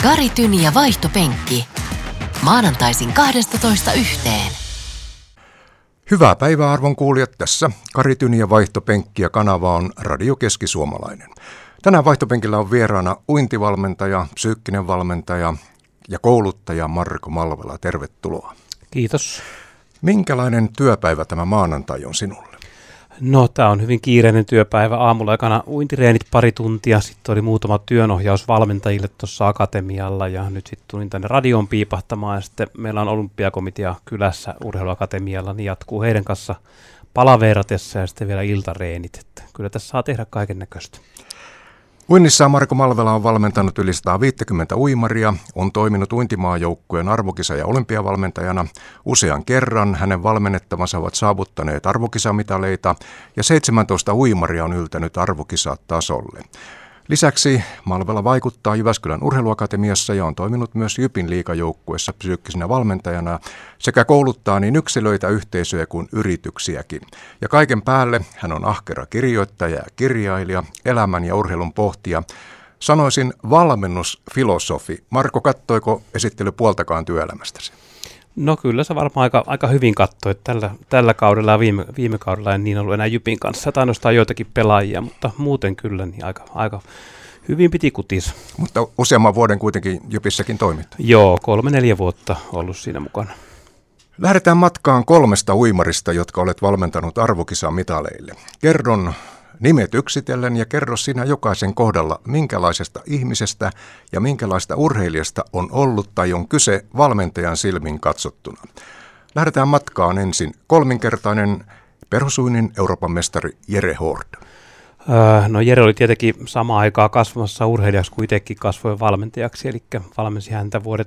Kari Tyni ja vaihtopenkki. Maanantaisin 12:00 Hyvää päivää arvon kuulijat, tässä Kari Tyni ja vaihtopenkki ja kanava on Radio Keski-Suomalainen. Tänään vaihtopenkillä on vieraana uintivalmentaja, psyykkinen valmentaja ja kouluttaja Marko Malvela. Tervetuloa. Kiitos. Minkälainen työpäivä tämä maanantai on sinulle? No, tämä on hyvin kiireinen työpäivä. Aamulla aikana uintireenit pari tuntia, sitten oli muutama työnohjaus valmentajille tuossa akatemialla ja nyt sitten tulin tänne radioon piipahtamaan ja sitten meillä on olympiakomitea kylässä urheiluakatemialla, niin jatkuu heidän kanssa palaveeratessa ja sitten vielä iltareenit, että kyllä tässä saa tehdä kaiken näköistä. Uinnissaan Marko Malvela on valmentanut yli 150 uimaria, on toiminut uintimaajoukkueen arvokisa- ja olympiavalmentajana usean kerran. Hänen valmennettavansa ovat saavuttaneet arvokisamitaleita ja 17 uimaria on yltänyt arvokisatasolle. Lisäksi Malvela vaikuttaa Jyväskylän urheiluakatemiassa ja on toiminut myös Jypin liigajoukkueessa psyykkisenä valmentajana sekä kouluttaa niin yksilöitä, yhteisöjä kuin yrityksiäkin. Ja kaiken päälle hän on ahkera kirjoittaja ja kirjailija, elämän ja urheilun pohtija. Sanoisin valmennusfilosofi. Marko, kattoiko esittely puoltakaan työelämästäsi? No kyllä se varmaan aika hyvin katsoi, että tällä kaudella ja viime kaudella en niin ollut enää Jypin kanssa. Tai ainoastaan joitakin pelaajia, mutta muuten kyllä niin aika hyvin piti kutis. Mutta useamman vuoden kuitenkin Jypissäkin toimit. Joo, 3-4 vuotta ollut siinä mukana. Lähdetään matkaan 3 uimarista, jotka olet valmentanut arvokisamitaleille. Kerron nimet yksitellen ja kerro sinä jokaisen kohdalla, minkälaisesta ihmisestä ja minkälaista urheilijasta on ollut tai on kyse valmentajan silmin katsottuna. Lähdetään matkaan ensin kolminkertainen perhosuinnin Euroopan mestari Jere Hård. No Jere oli tietenkin samaan aikaan kasvamassa urheilijaksi kuin itsekin kasvoi valmentajaksi, eli valmensi häntä vuodet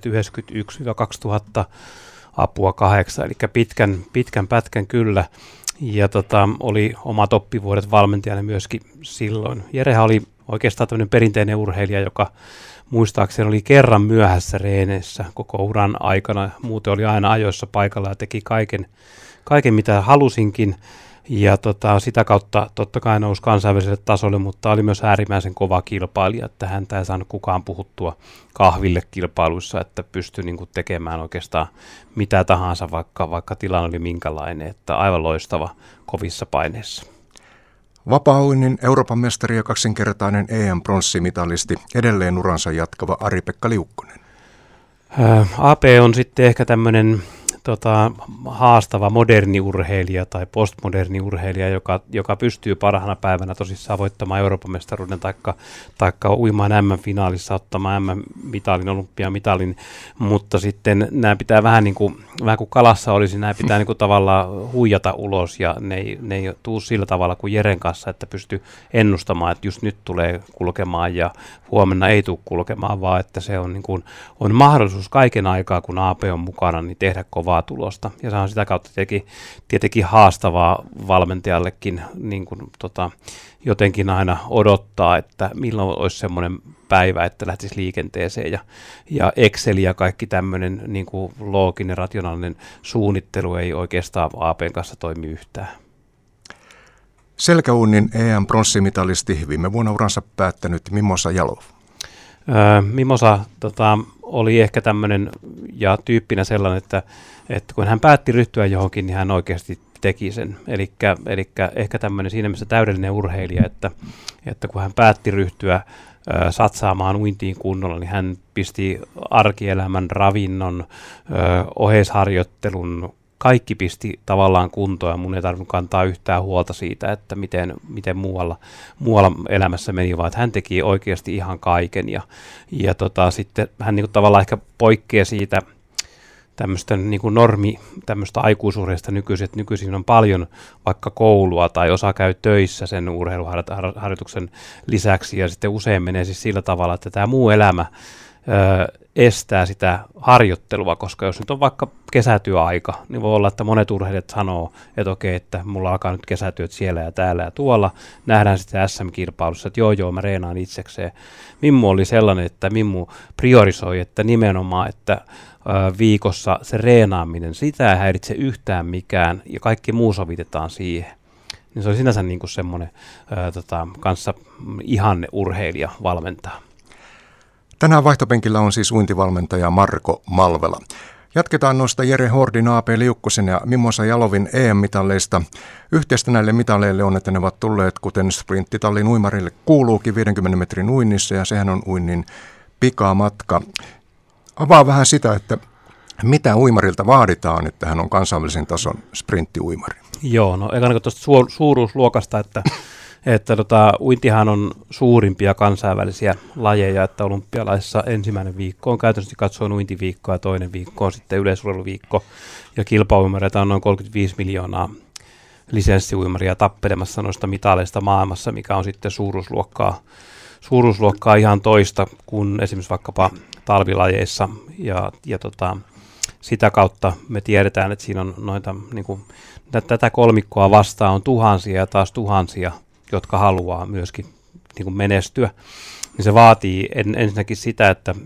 1991-2008, eli pitkän pätkän kyllä. Ja oli omat oppivuodet valmentajana myöskin silloin. Jerehän oli oikeastaan tämmöinen perinteinen urheilija, joka muistaakseni oli kerran myöhässä reeneissä koko uran aikana. Muuten oli aina ajoissa paikalla ja teki kaiken mitä halusinkin. Ja sitä kautta totta kai nousi kansainväliselle tasolle, mutta oli myös äärimmäisen kova kilpailija, että häntä ei saanut kukaan puhuttua kahville kilpailuissa, että pystyi tekemään oikeastaan mitä tahansa, vaikka tilanne oli minkälainen, että aivan loistava kovissa paineissa. Vapaa-uinnin Euroopan mestari ja kaksinkertainen EM-pronssimitalisti, edelleen uransa jatkava Ari-Pekka Liukkonen. AP on sitten ehkä tämmöinen haastava moderni urheilija tai postmoderni urheilija, joka pystyy parhaana päivänä tosissaan voittamaan Euroopan mestaruuden taikka uimaan M-finaalissa, ottamaan M-mitalin, olympiamitalin, mutta sitten nämä pitää vähän kuin kalassa olisi, nämä pitää tavallaan huijata ulos ja ne ei tule sillä tavalla kuin Jeren kanssa, että pystyy ennustamaan, että just nyt tulee kulkemaan ja huomenna ei tule kulkemaan, vaan että se on mahdollisuus kaiken aikaa, kun AP on mukana, niin tehdä kovaa tulosta. Ja se on sitä kautta tietenkin haastavaa valmentajallekin jotenkin aina odottaa, että milloin olisi semmoinen päivä, että lähtisi liikenteeseen. Ja Excel ja kaikki tämmöinen looginen, rationaalinen suunnittelu ei oikeastaan AP:n kanssa toimi yhtään. Selkäuinnin EM-pronssimitalisti, viime vuonna uransa päättänyt Mimosa Jalov. Mimosa oli ehkä tämmöinen ja tyyppinä sellainen, että kun hän päätti ryhtyä johonkin, niin hän oikeasti teki sen. Eli ehkä tämmöinen siinä mielessä täydellinen urheilija, että kun hän päätti ryhtyä satsaamaan uintiin kunnolla, niin hän pisti arkielämän, ravinnon, oheisharjoittelun, kaikki pisti tavallaan kuntoon ja mun ei tarvinnut kantaa yhtään huolta siitä, että miten muualla elämässä meni, vaan että hän teki oikeasti ihan kaiken ja sitten hän tavallaan ehkä poikkeaa siitä tämmöistä tämmöistä aikuisurheista nykyisin on paljon vaikka koulua tai osa käy töissä sen urheiluharjoituksen lisäksi ja sitten usein menee siis sillä tavalla, että tämä muu elämä estää sitä harjoittelua, koska jos nyt on vaikka kesätyöaika, niin voi olla, että monet urheilijat sanoo, että okei, että mulla alkaa nyt kesätyöt siellä ja täällä ja tuolla. Nähdään sitten SM-kilpailussa, että joo, mä reenaan itsekseen. Mimmu oli sellainen, että Mimmu priorisoi, että nimenomaan, että viikossa se reenaaminen, sitä ei häiritse yhtään mikään ja kaikki muu sovitetaan siihen. Niin se oli sinänsä semmoinen kanssa ihanne urheilija valmentaa. Tänään vaihtopenkillä on siis uintivalmentaja Marko Malvela. Jatketaan noista Jere Hordin, A.P. Liukkosen ja Mimosa Jalovin EM-mitalleista. Yhteistä näille mitaleille on, että ne ovat tulleet, kuten sprinttitallin uimarille kuuluukin, 50 metrin uinnissa, ja sehän on uinnin pikamatka. Avaa vähän sitä, että mitä uimarilta vaaditaan, että hän on kansainvälisen tason sprinttiuimari. Joo, no eikä tuosta suuruusluokasta, että uintihan on suurimpia kansainvälisiä lajeja, että olympialaisissa ensimmäinen viikko on käytännössä katsoen uintiviikko ja toinen viikko on sitten yleisurheiluviikko, ja kilpauimareita on noin 35 miljoonaa lisenssiuimaria tappelemassa noista mitaleista maailmassa, mikä on sitten suuruusluokkaa ihan toista kuin esimerkiksi vaikkapa talvilajeissa, ja sitä kautta me tiedetään, että siinä on noita, niin kuin, tätä kolmikkoa vastaan on tuhansia ja taas tuhansia, jotka haluaa myöskin niin kuin menestyä. Niin se vaatii ensinnäkin sitä, että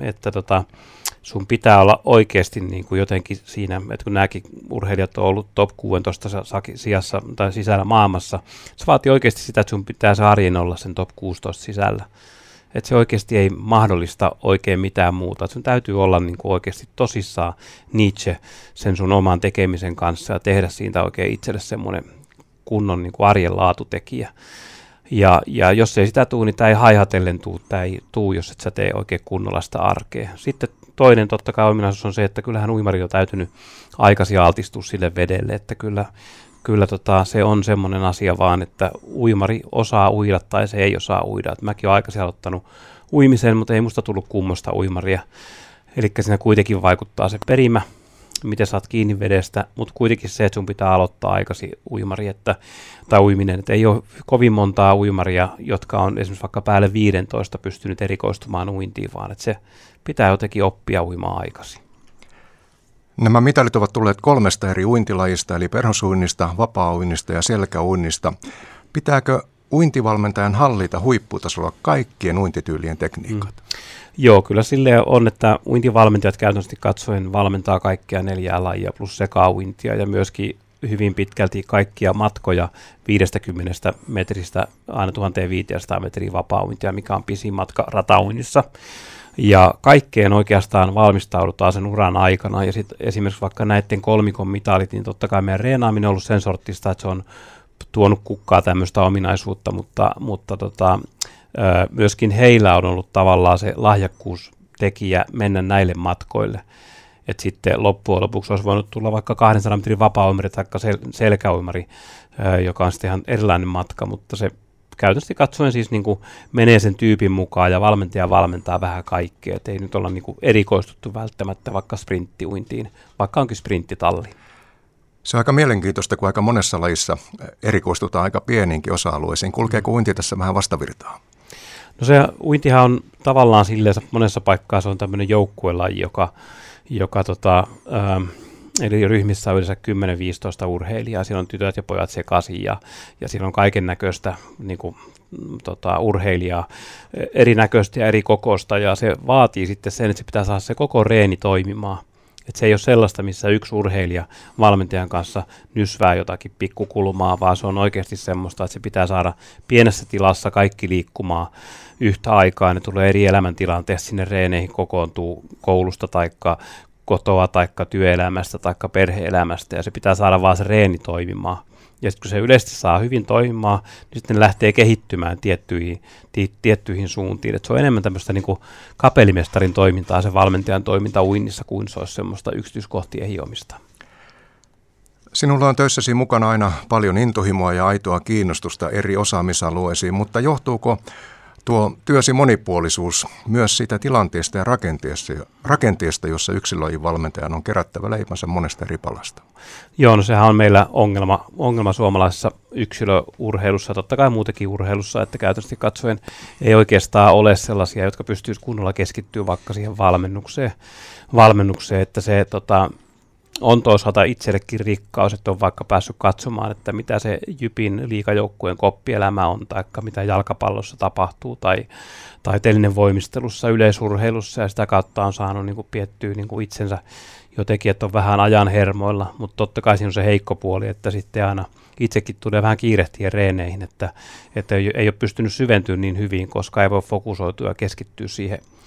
sun pitää olla oikeasti niin kuin jotenkin siinä, että kun nämäkin urheilijat on ollut top 16 sijassa tai sisällä maailmassa, se vaatii oikeasti sitä, että sun pitää se arjen olla sen top 16 sisällä. Että se oikeasti ei mahdollista oikein mitään muuta. Että sun täytyy olla niin kuin oikeasti tosissaan Nietzsche sen sun oman tekemisen kanssa ja tehdä siitä oikein itselle semmoinen kunnon niin kuin arjen laatutekijä. Ja jos ei sitä tule, niin tämä ei haihatellen tämä ei tule, jos et sä tee oikein kunnolla sitä arkea. Sitten toinen totta kai ominaisuus on se, että kyllähän uimari on täytynyt aikaisin altistua sille vedelle, että kyllä se on semmoinen asia vaan, että uimari osaa uida tai se ei osaa uida. Et mäkin olen aikaisin aloittanut uimisen, mutta ei musta tullut kummosta uimaria. Eli siinä kuitenkin vaikuttaa se perimä, miten saat kiinni vedestä, mutta kuitenkin se, että sun pitää aloittaa aikaisin uimari tai uiminen. Että ei ole kovin montaa uimaria, jotka on esimerkiksi vaikka päälle 15 pystynyt erikoistumaan uintiin, vaan että se pitää jotenkin oppia uimaan aikaisin. Nämä mitalit ovat tulleet 3 eri uintilajista, eli perhosuinnista, vapaa-uinnista ja selkäuinnista. Pitääkö uintivalmentajan hallita huipputasolla kaikkien uintityylien tekniikat? Joo, kyllä silleen on, että uintivalmentajat käytännössä katsoen valmentaa kaikkia 4 lajia plus sekauintia ja myöskin hyvin pitkälti kaikkia matkoja 50 metristä aina 1500 metriä vapaa-uintia, mikä on pisin matka ratauinnissa. Ja kaikkeen oikeastaan valmistaudutaan sen uran aikana, ja sitten esimerkiksi vaikka näiden kolmikon mitalit, niin totta kai meidän reenaaminen on ollut sen sortista, että se on tuonut kukkaa tämmöistä ominaisuutta, mutta myöskin heillä on ollut tavallaan se lahjakkuustekijä mennä näille matkoille. Että sitten loppujen lopuksi olisi voinut tulla vaikka 200 metrin vapaa-uimari tai selkäuimari, joka on sitten ihan erilainen matka, mutta se käytännössä katsoen siis niin kuin menee sen tyypin mukaan ja valmentaja valmentaa vähän kaikkea, että ei nyt olla niin kuin erikoistuttu välttämättä vaikka sprinttiuintiin, vaikka onkin sprinttitalli. Se on aika mielenkiintoista, kun aika monessa lajissa erikoistutaan aika pieniinkin osa-alueisiin. Kulkeeko uinti tässä vähän vastavirtaa? No se uintihan on tavallaan silleen, monessa paikkaa se on tämmöinen joukkuelaji, joka eli ryhmissä on yleensä 10-15 urheilijaa, siinä on tytöt ja pojat sekaisin ja siinä on kaiken näköistä niin urheilijaa, erinäköistä ja eri kokoista, ja se vaatii sitten sen, että se pitää saada se koko reeni toimimaan. Että se ei ole sellaista, missä yksi urheilija valmentajan kanssa nysvää jotakin pikkukulmaa, vaan se on oikeasti semmoista, että se pitää saada pienessä tilassa kaikki liikkumaan yhtä aikaa. Ne tulee eri elämäntilanteessa sinne reeneihin kokoontuu koulusta taikka kotoa taikka työelämästä taikka perhe-elämästä, ja se pitää saada vaan se reeni toimimaan. Ja sitten kun se yleisesti saa hyvin toimimaan, niin sitten ne lähtee kehittymään tiettyihin suuntiin. Et se on enemmän tämmöistä niin kuin kapellimestarin toimintaa, se valmentajan toiminta uinnissa, kuin se olisi semmoista yksityiskohtien hiomista. Sinulla on töissäsi mukana aina paljon intohimoa ja aitoa kiinnostusta eri osaamisalueisiin, mutta johtuuko tuo työsi monipuolisuus myös siitä tilanteesta ja rakenteesta, jossa yksilölajin valmentajan on kerättävä leipänsä monesta eri palasta? Joo, no sehän on meillä ongelma suomalaisessa yksilöurheilussa, totta kai muutenkin urheilussa, että käytännössä katsoen ei oikeastaan ole sellaisia, jotka pystyisivät kunnolla keskittyä vaikka siihen valmennukseen, että se on toisaalta itsellekin rikkaus, että on vaikka päässyt katsomaan, että mitä se Jypin liigajoukkueen koppielämä on, tai mitä jalkapallossa tapahtuu, tai telinen voimistelussa, yleisurheilussa, ja sitä kautta on saanut niin kuin piettyä niin kuin itsensä jotenkin, että on vähän ajan hermoilla, mutta totta kai siinä on se heikko puoli, että sitten aina itsekin tulee vähän kiirehtiä reeneihin, että ei ole pystynyt syventyä niin hyvin, koska ei voi fokusoitua ja keskittyä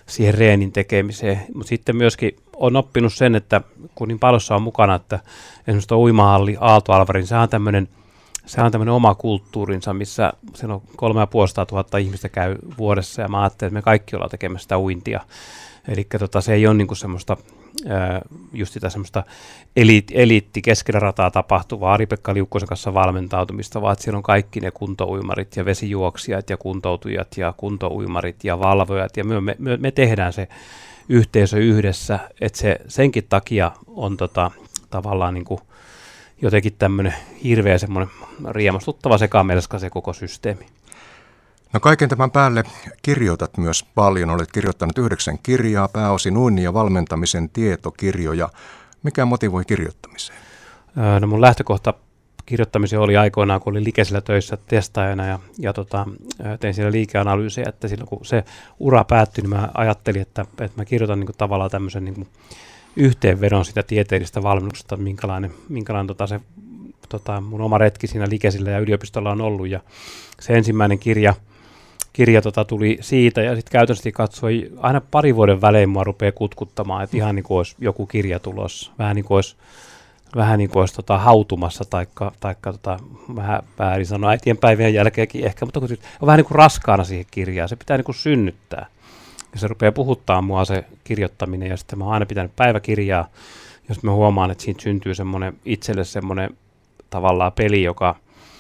siihen reenin tekemiseen. Mutta sitten myöskin on oppinut sen, että kun niin paljon on mukana, että esimerkiksi tuo uimahalli Aalto-Alvarin, se on tämmöinen oma kulttuurinsa, missä siinä on 350 ihmistä käy vuodessa, ja mä ajattelin, että me kaikki ollaan tekemässä sitä uintia. Eli se ei ole niinku semmoista just sitä semmoista eliitti keskellä rataa tapahtuvaa Ari-Pekka Liukkosen kanssa valmentautumista, vaan siellä on kaikki ne kuntouimarit ja vesijuoksijat ja kuntoutujat ja kuntouimarit ja valvojat, ja me tehdään se yhteisö yhdessä, että se senkin takia on tavallaan niinku jotenkin tämmöinen hirveä semmoinen riemastuttava sekamelska se koko systeemi. No kaiken tämän päälle kirjoitat myös paljon. Olet kirjoittanut 9 kirjaa, pääosin uinnin ja valmentamisen tietokirjoja. Mikä motivoi kirjoittamiseen? No mun lähtökohta kirjoittamiseen oli aikoinaan, kun olin Likesillä töissä testaajana ja tein siellä liikeanalyysejä, että silloin kun se ura päättyi, niin mä ajattelin, että mä kirjoitan niin kuin tavallaan tämmöisen niin kuin yhteenvedon sitä tieteellistä valmennuksesta, minkälainen se mun oma retki siinä Likesillä ja yliopistolla on ollut, ja se ensimmäinen kirja tuli siitä, ja sitten käytännössä katsoi aina 2 vuoden välein mua rupeaa kutkuttamaan, että ihan niin kuin olisi joku kirja tulossa, vähän niin kuin olisi hautumassa, taikka vähän väärin sanoa äitien päivien jälkeenkin ehkä, mutta on vähän niin kuin raskaana siihen kirjaan, se pitää niin kuin synnyttää. Ja se rupeaa puhuttaa mua se kirjoittaminen, ja sitten mä oon aina pitänyt päiväkirjaa, jos mä huomaan, että siitä syntyy itselle semmoinen tavallaan peli, joka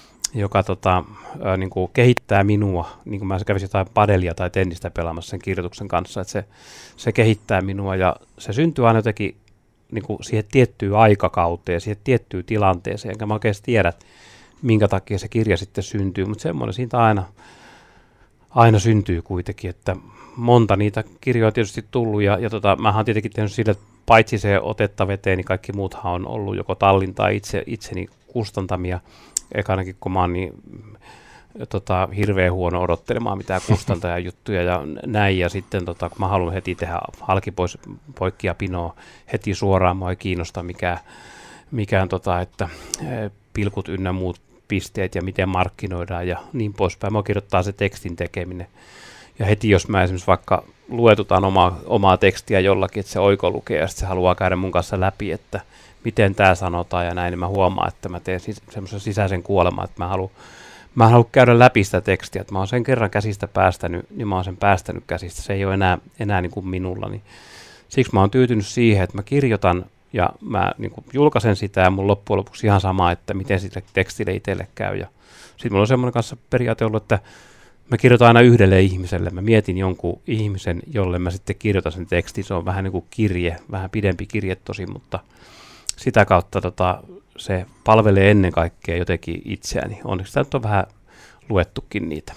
niin kuin kehittää minua, niin kuin mä kävisin jotain padelia tai tennistä pelaamassa sen kirjoituksen kanssa, että se kehittää minua, ja se syntyy aina jotenkin niin kuin siihen tiettyyn aikakauteen, siihen tiettyyn tilanteeseen, enkä mä oikeasti tiedä, minkä takia se kirja sitten syntyy, mutta semmoinen siitä aina syntyy kuitenkin, että monta niitä kirjoja on tietysti tullut, ja mä oon tietenkin tehnyt sille, että paitsi se Otetta veteen, niin kaikki muuthan on ollut joko Tallin tai itseni kustantamia. Ekanakin, kun mä oon niin hirveän huono odottelemaan mitään kustantajajuttuja ja näin, ja sitten kun mä haluan heti tehdä halki pois poikki ja pinoa heti suoraan, mua ei kiinnosta mikään että pilkut ynnä muut pisteet ja miten markkinoidaan ja niin poispäin. Mä kirjoittaa se tekstin tekeminen. Ja heti jos mä esimerkiksi vaikka luetutaan omaa tekstiä jollakin, että se oiko lukee ja sitten se haluaa käydä mun kanssa läpi, että miten tämä sanotaan ja näin, niin mä huomaan, että mä teen semmoisen sisäisen kuoleman, että mä haluan käydä läpi sitä tekstiä, että mä oon sen kerran käsistä päästänyt, niin mä oon sen päästänyt käsistä, se ei ole enää niin kuin minulla, niin siksi mä oon tyytynyt siihen, että mä kirjoitan ja mä niin kuin julkaisen sitä ja mun loppujen lopuksi ihan sama, että miten sitä tekstille itselle käy, ja sitten mulla on semmoinen kanssa periaate ollut, että mä kirjoitan aina yhdelle ihmiselle, mä mietin jonkun ihmisen, jolle mä sitten kirjoitan sen tekstin, se on vähän niin kuin kirje, vähän pidempi kirje tosi, mutta sitä kautta se palvelee ennen kaikkea jotenkin itseäni. Onneksi tämä nyt on vähän luettukin niitä.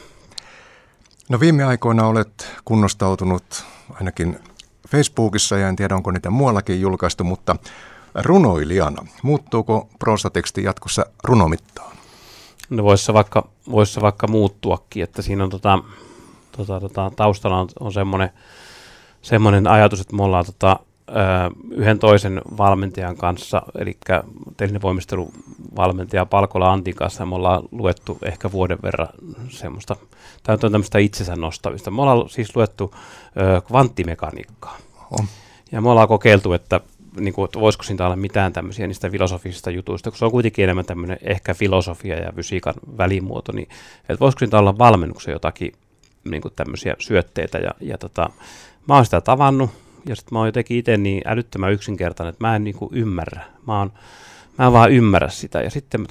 No viime aikoina olet kunnostautunut ainakin Facebookissa, ja en tiedä onko niitä muuallakin julkaistu, mutta runoilijana. Muuttuuko proosateksti jatkossa runomittaan? No voisi se vaikka muuttuakin, että siinä on taustalla on semmoinen ajatus, että me ollaan yhden toisen valmentajan kanssa, eli telinevoimisteluvalmentaja Palkola Antin kanssa, me ollaan luettu ehkä vuoden verran semmoista, tämä on tämmöistä itsensä nostamista. Me ollaan siis luettu kvanttimekaniikkaa. Ja me ollaan kokeiltu, että voisiko siitä olla mitään tämmöisiä niistä filosofisista jutuista, kun se on kuitenkin enemmän tämmöinen ehkä filosofia ja fysiikan välimuoto, niin että voisiko siitä olla valmennuksen jotakin tämmöisiä syötteitä, ja mä oon sitä tavannut, ja sitten mä oon jotenkin itse niin älyttömän yksinkertainen, että mä en ymmärrä. Mä en vaan ymmärrä sitä. Ja sitten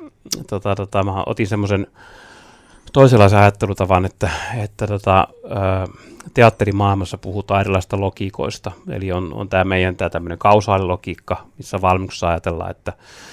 mä otin semmoisen toisenlaisen ajattelutavan, että teatterimaailmassa puhutaan erilaisista logiikoista. Eli on tämä meidän tämmöinen kausaalilogiikka, missä valmennuksessa ajatellaan, että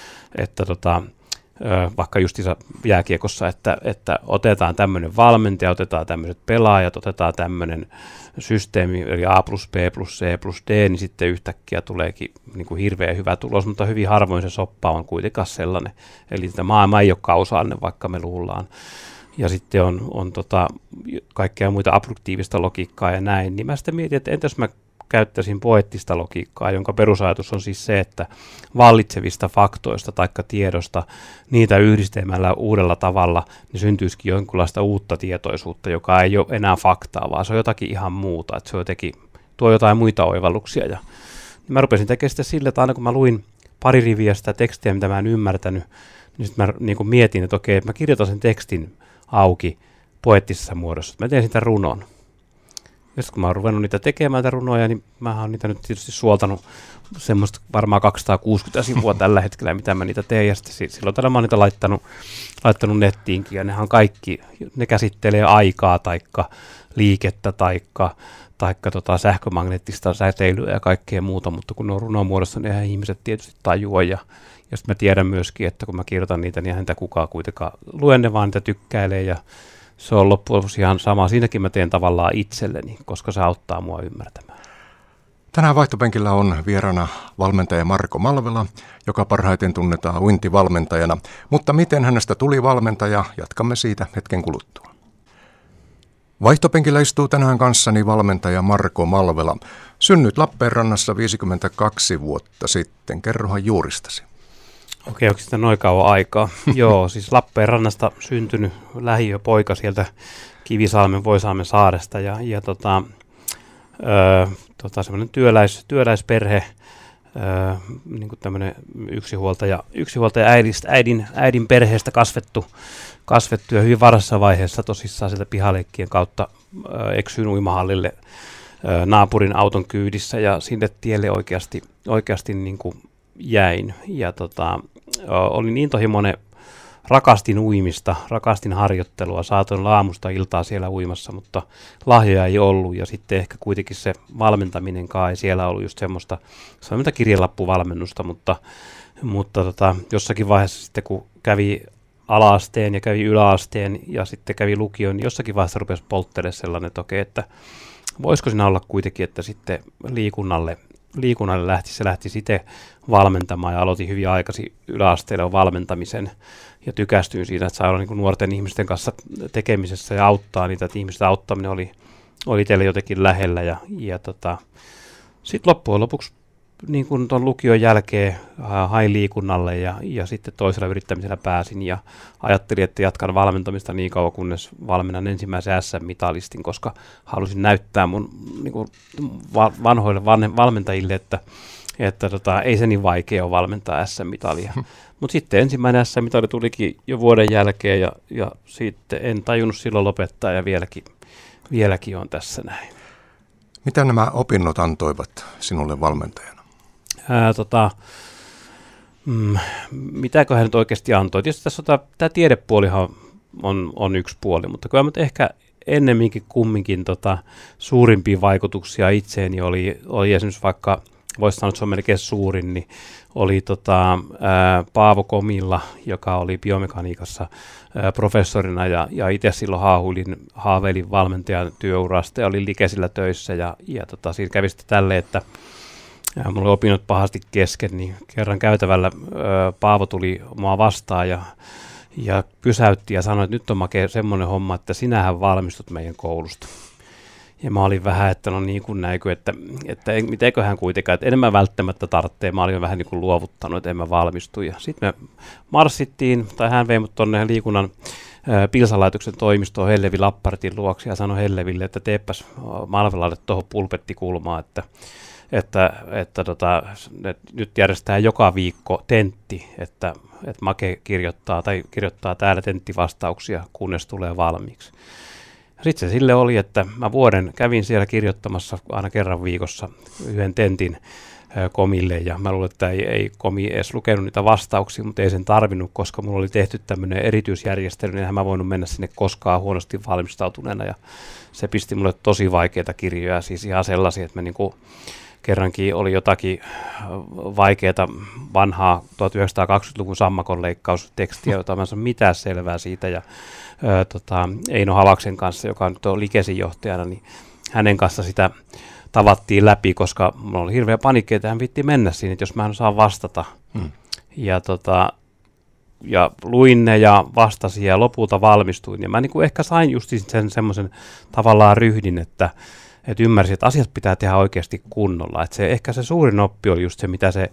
vaikka justiinsa jääkiekossa, että otetaan tämmöinen valmentaja, otetaan tämmöiset pelaajat, otetaan tämmöinen systeemi, eli A plus B plus C plus D, niin sitten yhtäkkiä tuleekin niin kuin hirveän hyvä tulos, mutta hyvin harvoin se soppa on kuitenkaan sellainen. Eli tämä maailma ei ole kausaalinen, vaikka me luullaan. Ja sitten on kaikkea muita abruptiivista logiikkaa ja näin, niin mä sitten mietin, että entä jos mä käyttäisin poeettista logiikkaa, jonka perusajatus on siis se, että vallitsevista faktoista tai tiedosta, niitä yhdistelmällä uudella tavalla, niin syntyisikin jonkinlaista uutta tietoisuutta, joka ei ole enää faktaa, vaan se on jotakin ihan muuta, että se on jotenkin, tuo jotain muita oivalluksia. Ja mä rupesin tekemään sitä sillä, että aina kun mä luin pari riviä sitä tekstiä, mitä mä en ymmärtänyt, niin sitten mä niin kuin mietin, että okei, mä kirjoitan sen tekstin auki poeettisessa muodossa. Mä teen sitä runon. Ja sitten kun mä oon ruvennut niitä tekemään, niitä runoja, niin mä oon niitä nyt tietysti suoltanut semmoista varmaan 260 sivua tällä hetkellä, mitä mä niitä teen. Ja sitten silloin tällä mä oon niitä laittanut nettiinkin. Ja nehän kaikki, ne käsittelee aikaa, taikka liikettä, taikka sähkömagneettista säteilyä ja kaikkea muuta. Mutta kun ne on runon muodossa, niin eihän ihmiset tietysti tajua. Ja sitten mä tiedän myöskin, että kun mä kirjoitan niitä, niin eihän niitä kukaan kuitenkaan lue, ne vaan niitä tykkäilee. Ja se on loppujen lopuksi ihan sama. Siinäkin mä teen tavallaan itselleni, koska se auttaa mua ymmärtämään. Tänään vaihtopenkillä on vieraana valmentaja Marko Malvela, joka parhaiten tunnetaan uintivalmentajana. Mutta miten hänestä tuli valmentaja, jatkamme siitä hetken kuluttua. Vaihtopenkillä istuu tänään kanssani valmentaja Marko Malvela. Synnyt Lappeenrannassa 52 vuotta sitten. Kerrohan juuristasi. Okei, onko sitä noin kauan aikaa? Joo, siis Lappeenrannasta syntynyt lähiöpoika sieltä Kivisalmen Voisalmen saaresta ja semmoinen työläisperhe, niin kuin tämmöinen yksihuoltaja äidin perheestä kasvettu ja hyvin varhaisessa vaiheessa tosissaan sieltä pihaleikkien kautta eksyin uimahallille naapurin auton kyydissä ja sinne tielle oikeasti niin kuin jäin ja olin niin intohimoinen, rakastin uimista, rakastin harjoittelua, saatoin aamusta iltaa siellä uimassa, mutta lahjoja ei ollut ja sitten ehkä kuitenkin se valmentaminenkaan ei siellä ollut just semmoista kirjelappuvalmennusta, mutta jossakin vaiheessa sitten kun kävi ala-asteen ja kävi yläasteen ja sitten kävi lukion, niin jossakin vaiheessa rupesi polttelemaan sellainen, että okei, että voisiko siinä olla kuitenkin, että sitten liikunnalle lähti sitten valmentamaan ja aloitin hyvin aikaisin yläasteella valmentamisen ja tykästyin siinä, että saa olla niin kuin nuorten ihmisten kanssa tekemisessä ja auttaa niitä, että ihmisten auttaminen oli itselle jotenkin lähellä ja sitten loppujen lopuksi niin kuin tuon lukion jälkeen hain liikunnalle ja sitten toisella yrittämisellä pääsin ja ajattelin, että jatkan valmentamista niin kauan, kunnes valmennan ensimmäisen SM-mitalistin, koska halusin näyttää mun niin kuin vanhoille valmentajille, että ei se niin vaikea ole valmentaa SM-mitalia. Mutta sitten ensimmäinen SM-mitali tulikin jo vuoden jälkeen ja sitten en tajunnut silloin lopettaa ja vieläkin on tässä näin. Mitä nämä opinnot antoivat sinulle valmentajana? Mitäköhän nyt oikeasti antoi? Tietysti tässä tämä tiedepuolihan on yksi puoli, mutta kyllä nyt ehkä ennemminkin kumminkin suurimpia vaikutuksia itseeni oli esimerkiksi vaikka, voisi sanoa, että se on melkein suurin, niin oli Paavo Komilla, joka oli biomekaniikassa professorina ja itse silloin haaveilin valmentajan työurasta ja olin Likesillä töissä ja siinä kävi sitten tälleen, että mulla oli opinnot pahasti kesken, niin kerran käytävällä Paavo tuli mua vastaan ja pysäytti ja sanoi, että nyt on Make semmoinen homma, että sinähän valmistut meidän koulusta. Ja mä olin vähän, että no niin kuin näikö, että mitenköhän kuitenkaan, että enemmän välttämättä tarvitsee. Mä olin vähän niin kuin luovuttanut, että en mä valmistu. Ja sitten me marssittiin, tai hän vei mut tuonne liikunnan Pilsalaitoksen toimistoon Hellevi Lappartin luoksi ja sanoi Helleville, että teepäs Malvelalle tuohon pulpettikulmaan, että nyt järjestetään joka viikko tentti, että Make kirjoittaa täällä tenttivastauksia, kunnes tulee valmiiksi. Sitten se sille oli, että mä vuoden kävin siellä kirjoittamassa aina kerran viikossa yhden tentin Komille, ja mä luulen, että ei Komi edes lukenut niitä vastauksia, mutta ei sen tarvinnut, koska mulla oli tehty tämmöinen erityisjärjestely, niin enhän mä voinut mennä sinne koskaan huonosti valmistautuneena, ja se pisti mulle tosi vaikeita kirjoja, siis ihan sellaisia, että mä niinku kerrankin oli jotakin vaikeaa vanhaa 1920-luvun sammakonleikkaustekstiä, jota mä en saa mitään selvää siitä, ja Eino Havaksen kanssa, joka nyt on Likesin johtajana, niin hänen kanssa sitä tavattiin läpi, koska mulla oli hirveä panikki, että hän viitti mennä siinä, että jos mä en osaa vastata. Ja luin ne ja vastasin ja lopulta valmistuin. Ja mä niin kuin ehkä sain just sen semmoisen tavallaan ryhdin, että että ymmärsi, että asiat pitää tehdä oikeasti kunnolla. Että ehkä se suurin oppi oli just se, mitä se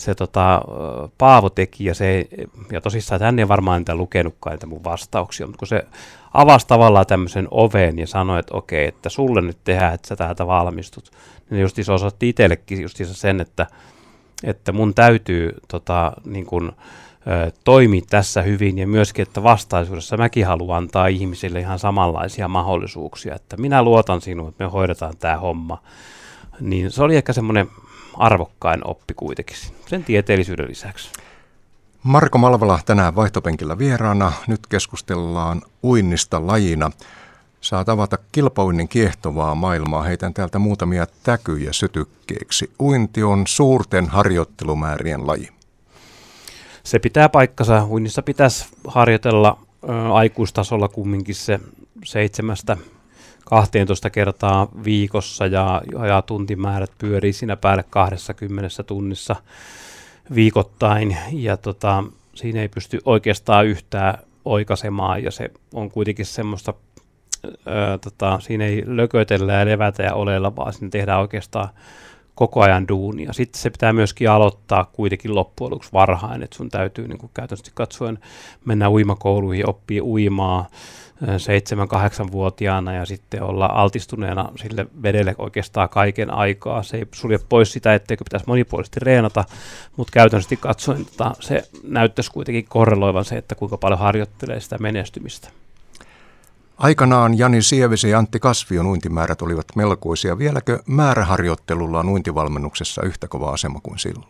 Paavo teki, ja tosissaan, että hän ei varmaan niitä lukenutkaan niitä mun vastauksia, mutta kun se avasi tavallaan tämmöisen oven ja sanoi, että okei, että sulle nyt tehdään, että sä täältä valmistut, niin just se osoitti itsellekin just sen, että mun täytyy niin kuin, toimii tässä hyvin ja myöskin, että vastaisuudessa mäkin haluan antaa ihmisille ihan samanlaisia mahdollisuuksia, että minä luotan sinuun, että me hoidetaan tämä homma. Niin se oli ehkä semmoinen arvokkain oppi kuitenkin sen tieteellisyyden lisäksi. Marko Malvela tänään vaihtopenkillä vieraana. Nyt keskustellaan uinnista lajina. Saat avata kilpauinnin kiehtovaa maailmaa. Heitän täältä muutamia täkyjä sytykkeeksi. Uinti on suurten harjoittelumäärien laji. Se pitää paikkansa. Uinnissa pitäisi harjoitella aikuistasolla kumminkin se 7-12 kertaa viikossa ja tuntimäärät pyörii siinä päälle 20 tunnissa viikoittain. Ja siinä ei pysty oikeastaan yhtään oikaisemaan ja se on kuitenkin semmoista, siinä ei lökötellä ja levätä ja oleilla, vaan siinä tehdään oikeastaan koko ajan duunia. Sitten se pitää myöskin aloittaa kuitenkin loppujen lopuksi varhain, että sun täytyy niin kuin käytännössä katsoen mennä uimakouluihin, oppia uimaa 7-8-vuotiaana ja sitten olla altistuneena sille vedelle oikeastaan kaiken aikaa. Se ei sulje pois sitä, etteikö pitäisi monipuolisesti reenata, mutta käytännössä katsoen se näyttäisi kuitenkin korreloivan se, että kuinka paljon harjoittelee sitä menestymistä. Aikanaan Jani Sievisen ja Antti Kasvion uintimäärät olivat melkoisia. Vieläkö määräharjoittelulla on uintivalmennuksessa yhtä kova asema kuin silloin?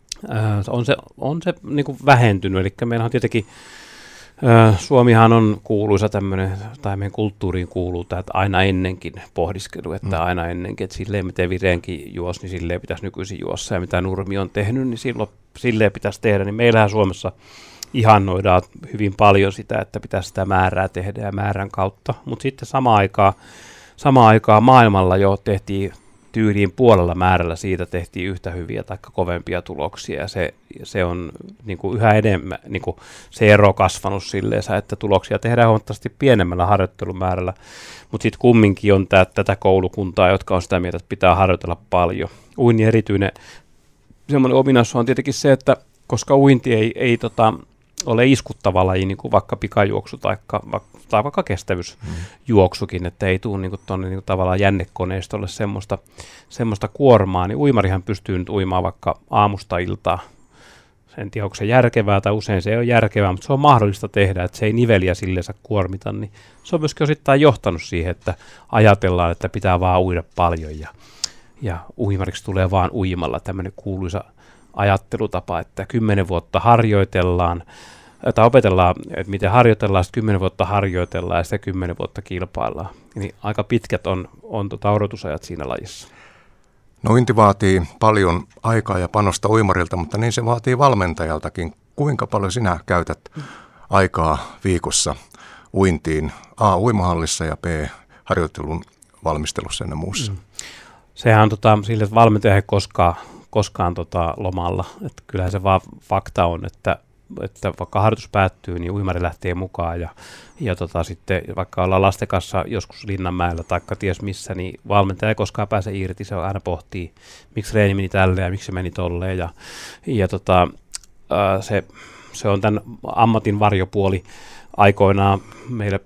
On se niin kuin vähentynyt, eli meillä on tietenkin, Suomihan on kuuluisa tämmöinen, tai meidän kulttuuriin kuuluu tämä, että aina ennenkin pohdiskelu, että aina ennenkin, että silleen miten Vireenkin juosi, niin silleen pitäisi nykyisin juossa, ja mitä Nurmi on tehnyt, niin silleen pitäisi tehdä, niin meillähän Suomessa ihannoidaan hyvin paljon sitä, että pitäisi sitä määrää tehdä ja määrän kautta, mutta sitten samaan aikaan maailmalla jo tehtiin tyyliin puolella määrällä siitä tehtiin yhtä hyviä tai kovempia tuloksia ja se on niin kuin yhä enemmän niin kuin se ero kasvanut silleen, että tuloksia tehdään huomattavasti pienemmällä harjoittelumäärällä, mutta sitten kumminkin on tätä koulukuntaa, jotka on sitä mieltä, että pitää harjoitella paljon. Uinnin erityinen semmoinen ominaisuus on tietenkin se, että koska uinti ei ole iskuttava laji, niin kuin vaikka pikajuoksu tai vaikka kestävyysjuoksukin, että ei tule niin tuonne niin tavallaan jännekoneistolle semmoista kuormaa, niin uimarihan pystyy nyt uimaan vaikka aamusta iltaa. En tiedä, onko se järkevää tai usein se ei ole järkevää, mutta se on mahdollista tehdä, että se ei niveliä silleensä kuormita, niin se on myöskin osittain johtanut siihen, että ajatellaan, että pitää vaan uida paljon ja uimariksi tulee vaan uimalla tämmöinen kuuluisa ajattelutapa, että 10 vuotta harjoitellaan, tai opetellaan, että miten harjoitellaan, sitten 10 vuotta harjoitellaan ja sitten 10 vuotta kilpaillaan. Niin aika pitkät on odotusajat siinä lajissa. No uinti vaatii paljon aikaa ja panosta uimarilta, mutta niin se vaatii valmentajaltakin. Kuinka paljon sinä käytät aikaa viikossa uintiin, A. uimahallissa ja B. harjoittelun valmistelussa ja muussa? Sehän on sille, että valmentaja ei koskaan lomalla. Että kyllähän se vaan fakta on, että vaikka harjoitus päättyy, niin uimari lähtee mukaan ja sitten vaikka ollaan lasten kanssa joskus Linnanmäellä tai ties missä, niin valmentaja ei koskaan pääse irti. Se aina pohtii, miksi treeni meni tälleen ja miksi se meni tolleen se on tämän ammatin varjopuoli. Aikoinaan meillä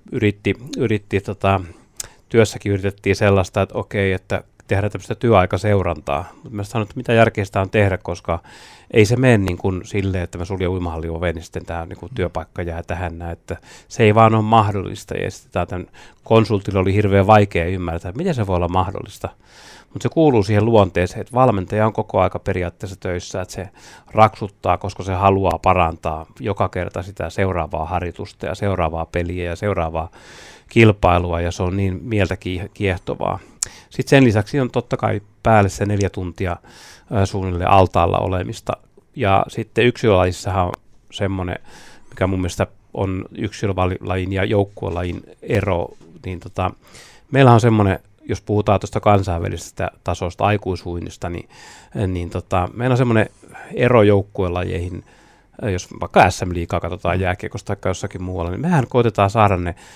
työssäkin yritettiin sellaista, että okei, että tehdä tämmöistä työaikaseurantaa. Mutta mä sanon, että mitä järkeä sitä on tehdä, koska ei se mene niin kuin silleen, että mä suljen uimahallin oven, niin sitten tämä niin kuin työpaikka jää tähän näin, että se ei vaan ole mahdollista. Ja sitten tämän konsultilla oli hirveän vaikea ymmärtää, että miten se voi olla mahdollista. Mutta se kuuluu siihen luonteeseen, että valmentaja on koko aika periaatteessa töissä, että se raksuttaa, koska se haluaa parantaa joka kerta sitä seuraavaa harjoitusta ja seuraavaa peliä ja seuraavaa kilpailua, ja se on niin mieltä kiehtovaa. Sitten sen lisäksi on totta kai päälle se 4 tuntia suunnilleen altaalla olemista. Ja sitten yksilölajissahan on semmoinen, mikä mun mielestä on yksilölajin ja joukkuelajin ero. Niin meillä on semmoinen, jos puhutaan tuosta kansainvälisestä tasosta aikuisuinnista, niin meillä on semmoinen ero joukkuelajeihin, jos vaikka SM-liigaa katsotaan jääkiekosta tai jossakin muualla, niin mehän koitetaan saada ne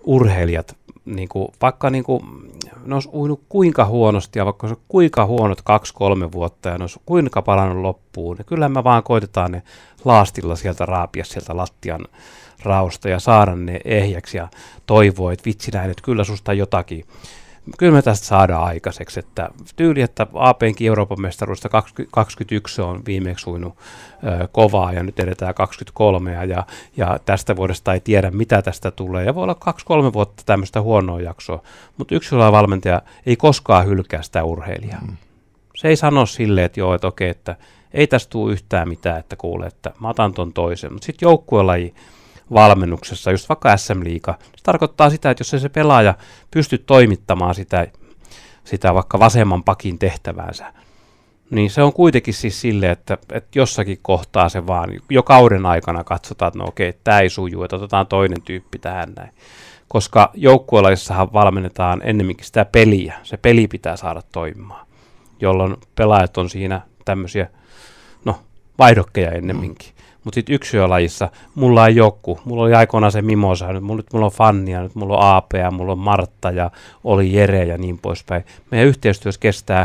urheilijat, niin kuin, vaikka niin kuin, ne olisi uinut kuinka huonosti ja vaikka se olisi kuinka huonot 2-3 vuotta ja ne olisi kuinka palannut loppuun, niin kyllä me vaan koitetaan ne laastilla sieltä raapia sieltä lattian raosta ja saada ne ehjäksi ja toivoa, että vitsi näin, että kyllä susta jotakin. Kyllä me tästä saadaan aikaiseksi, että tyyli, että AP:nkin Euroopan mestaruudesta 2021 on viimeksi uinut kovaa ja nyt edetään 23 ja tästä vuodesta ei tiedä mitä tästä tulee ja voi olla 2-3 vuotta tämmöistä huonoa jaksoa, mutta yksilövalmentaja ei koskaan hylkää sitä urheilijaa. Se ei sano silleen, että joo, että okei, että ei tästä tule yhtään mitään, että kuule, että mä otan ton toisen, mutta sitten joukkuelaji valmennuksessa, just vaikka SM-liiga, se tarkoittaa sitä, että jos ei se pelaaja pysty toimittamaan sitä vaikka vasemman pakin tehtäväänsä, niin se on kuitenkin siis silleen, että jossakin kohtaa se vaan jo kauden aikana katsotaan, että no okei, tämä ei suju, että otetaan toinen tyyppi tähän näin. Koska joukkuelajissahan valmennetaan ennemminkin sitä peliä, se peli pitää saada toimimaan, jolloin pelaajat on siinä tämmöisiä, vaihdokkeja ennemminkin. Mutta sitten yksilölajissa mulla ei joku. Mulla oli aikoinaan se Mimosa, nyt mulla on Fannia, nyt mulla on AP, mulla on Martta ja oli Jere ja niin poispäin. Meidän yhteistyössä kestää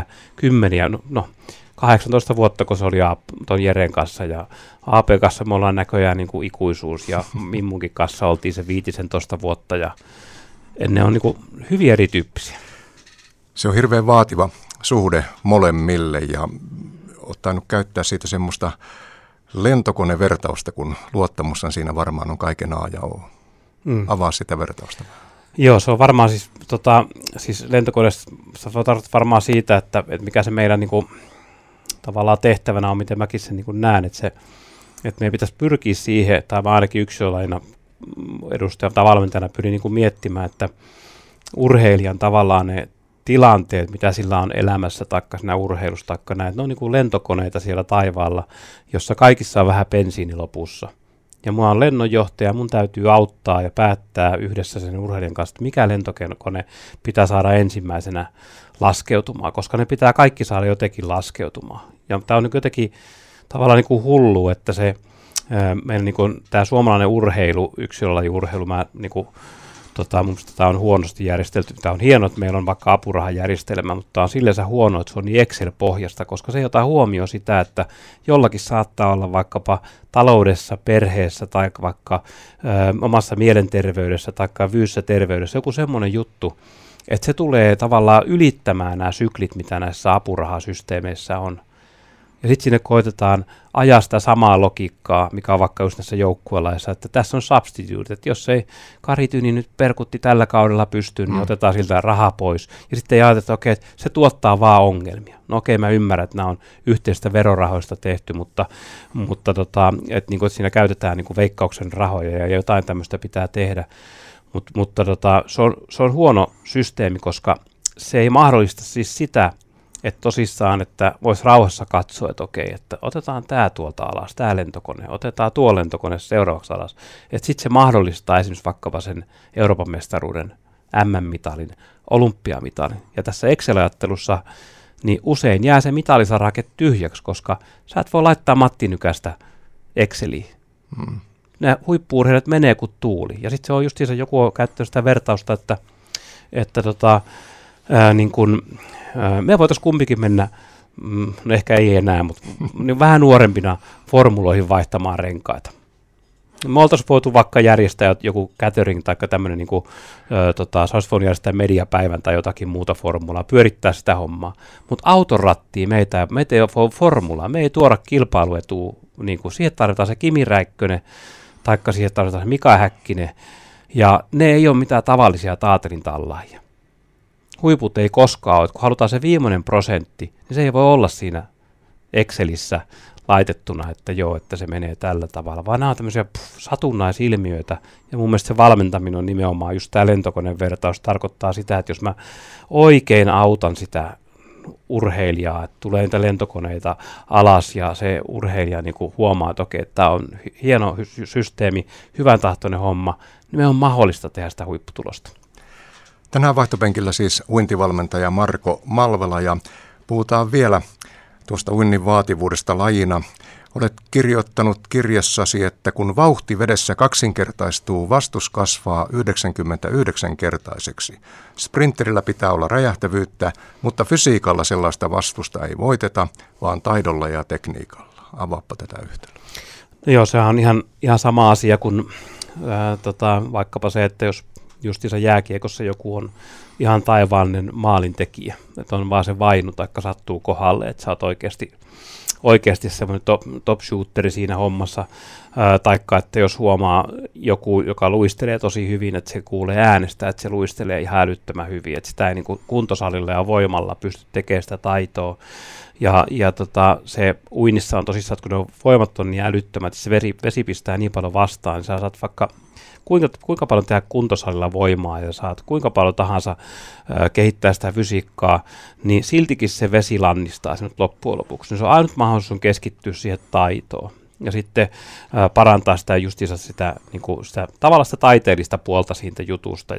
18 vuotta, kun se oli ton Jeren kanssa ja AP kanssa me ollaan näköjään niin kuin ikuisuus ja Mimmunkin kanssa oltiin se 15 vuotta ja ne on niin kuin hyvin erityyppisiä. Se on hirveän vaativa suhde molemmille ja ottanut käyttää siitä semmoista lentokonevertausta, kun luottamushan siinä varmaan on kaiken A ja O. Avaa sitä vertausta. Joo, se on varmaan siis lentokoneessa tarkoittaa varmaan siitä, että mikä se meidän niin kuin, tavallaan tehtävänä on, miten mäkin sen niin kuin näen, että meidän pitäisi pyrkiä siihen, tai mä ainakin yksilölaina edustajana tai valmentajana pyrin niin kuin miettimään, että urheilijan tavallaan ne tilanteet, mitä sillä on elämässä, taikka siinä urheilussa, taikka näin, ne on niin kuin lentokoneita siellä taivaalla, jossa kaikissa on vähän bensiini lopussa. Ja mä oon lennonjohtaja, mun täytyy auttaa ja päättää yhdessä sen urheilijan kanssa, että mikä lentokone pitää saada ensimmäisenä laskeutumaan, koska ne pitää kaikki saada jotenkin laskeutumaan. Ja tää on niin jotenkin tavallaan niin kuin hullu, että se meidän niin kuin, tää suomalainen urheilu, yksilölajiurheilu, mä niin kuin mun mielestä tämä on huonosti järjestelty. Tämä on hieno, että meillä on vaikka apurahajärjestelmä, mutta tämä on silleensä huono, että se on niin Excel-pohjasta, koska se ei ota huomioon sitä, että jollakin saattaa olla vaikkapa taloudessa, perheessä tai vaikka omassa mielenterveydessä tai vyyssä terveydessä joku semmoinen juttu, että se tulee tavallaan ylittämään nämä syklit, mitä näissä apurahasysteemeissä on. Ja sitten sinne koitetaan ajaa sitä samaa logiikkaa, mikä on vaikka just näissä joukkuelaissa, että tässä on substitute, että jos ei Kari Tyni nyt perkutti tällä kaudella pystyyn, niin otetaan siltä rahaa pois. Ja sitten ei ajatella, että okei, se tuottaa vaan ongelmia. No okei, mä ymmärrän, että nämä on yhteistä verorahoista tehty, mutta että niin kuin, että siinä käytetään niin kuin Veikkauksen rahoja ja jotain tämmöistä pitää tehdä. Mutta se on huono systeemi, koska se ei mahdollista siis sitä, että tosissaan, että voisi rauhassa katsoa, että okei, että otetaan tämä tuolta alas, tämä lentokone, otetaan tuo lentokone seuraavaksi alas. Että sitten se mahdollistaa esimerkiksi vaikkapa sen Euroopan mestaruuden MM-mitalin, olympiamitalin. Ja tässä Excel-ajattelussa niin usein jää se mitalisarake tyhjäksi, koska sä et voi laittaa Matti Nykästä Exceliin. Ne huippu-urheilijat menee kuin tuuli. Ja sitten se on justiinsa, joku on käyttänyt sitä vertausta, että niin kun, me voitaisiin kumpikin mennä, no ehkä ei enää, mutta niin vähän nuorempina formuloihin vaihtamaan renkaita. Me oltaisiin voitu vaikka järjestää joku catering tai tämmöinen, niin kuin, se olisi voinut järjestää mediapäivän tai jotakin muuta formulaa, pyörittää sitä hommaa. Mutta autorattiin meitä ei ole formulaa, me ei tuoda kilpailuetua, niin kuin siihen tarvitaan se Kimi Räikkönen, taikka siihen tarvitaan se Mika Häkkinen, ja ne ei ole mitään tavallisia taatelin tallaajia. Huiput ei koskaan ole, kun halutaan se viimeinen prosentti, niin se ei voi olla siinä Excelissä laitettuna, että joo, että se menee tällä tavalla, vaan nämä on tämmöisiä satunnaisilmiöitä, ja mun mielestä se valmentaminen on nimenomaan just tämä lentokoneen vertaus, tarkoittaa sitä, että jos mä oikein autan sitä urheilijaa, että tulee niitä lentokoneita alas, ja se urheilija niin kuin huomaa, että okei, että tämä on hieno systeemi, hyvän tahtoinen homma, niin me on mahdollista tehdä sitä huipputulosta. Tänään vaihtopenkillä siis uintivalmentaja Marko Malvela ja puhutaan vielä tuosta uinnin vaativuudesta lajina. Olet kirjoittanut kirjassasi, että kun vauhti vedessä kaksinkertaistuu, vastus kasvaa 99-kertaiseksi. Sprinterillä pitää olla räjähtävyyttä, mutta fysiikalla sellaista vastusta ei voiteta, vaan taidolla ja tekniikalla. Avaappa tätä yhtälöä. Joo, sehän on ihan sama asia kuin vaikkapa se, että jos justiinsa jääkiekossa joku on ihan taivaallinen maalintekijä, että on vaan se vainu taikka sattuu kohdalle, että sä oot oikeasti semmoinen top shooteri siinä hommassa, taikka että jos huomaa joku, joka luistelee tosi hyvin, että se kuulee äänestä, että se luistelee ihan älyttömän hyvin, että sitä ei niin kuin kuntosalilla ja voimalla pysty tekemään sitä taitoa. Ja se uinnissa on tosissaan, että kun ne voimat on niin älyttömät, että se vesi pistää niin paljon vastaan, niin sä saat vaikka kuinka paljon tehdä kuntosalilla voimaa ja saat kuinka paljon tahansa kehittää sitä fysiikkaa, niin siltikin se vesi lannistaa sinut loppujen lopuksi. Niin se on ainut mahdollisuus keskittyä siihen taitoon ja sitten parantaa sitä justiinsa sitä, niin kuin sitä tavallaan sitä taiteellista puolta siitä jutusta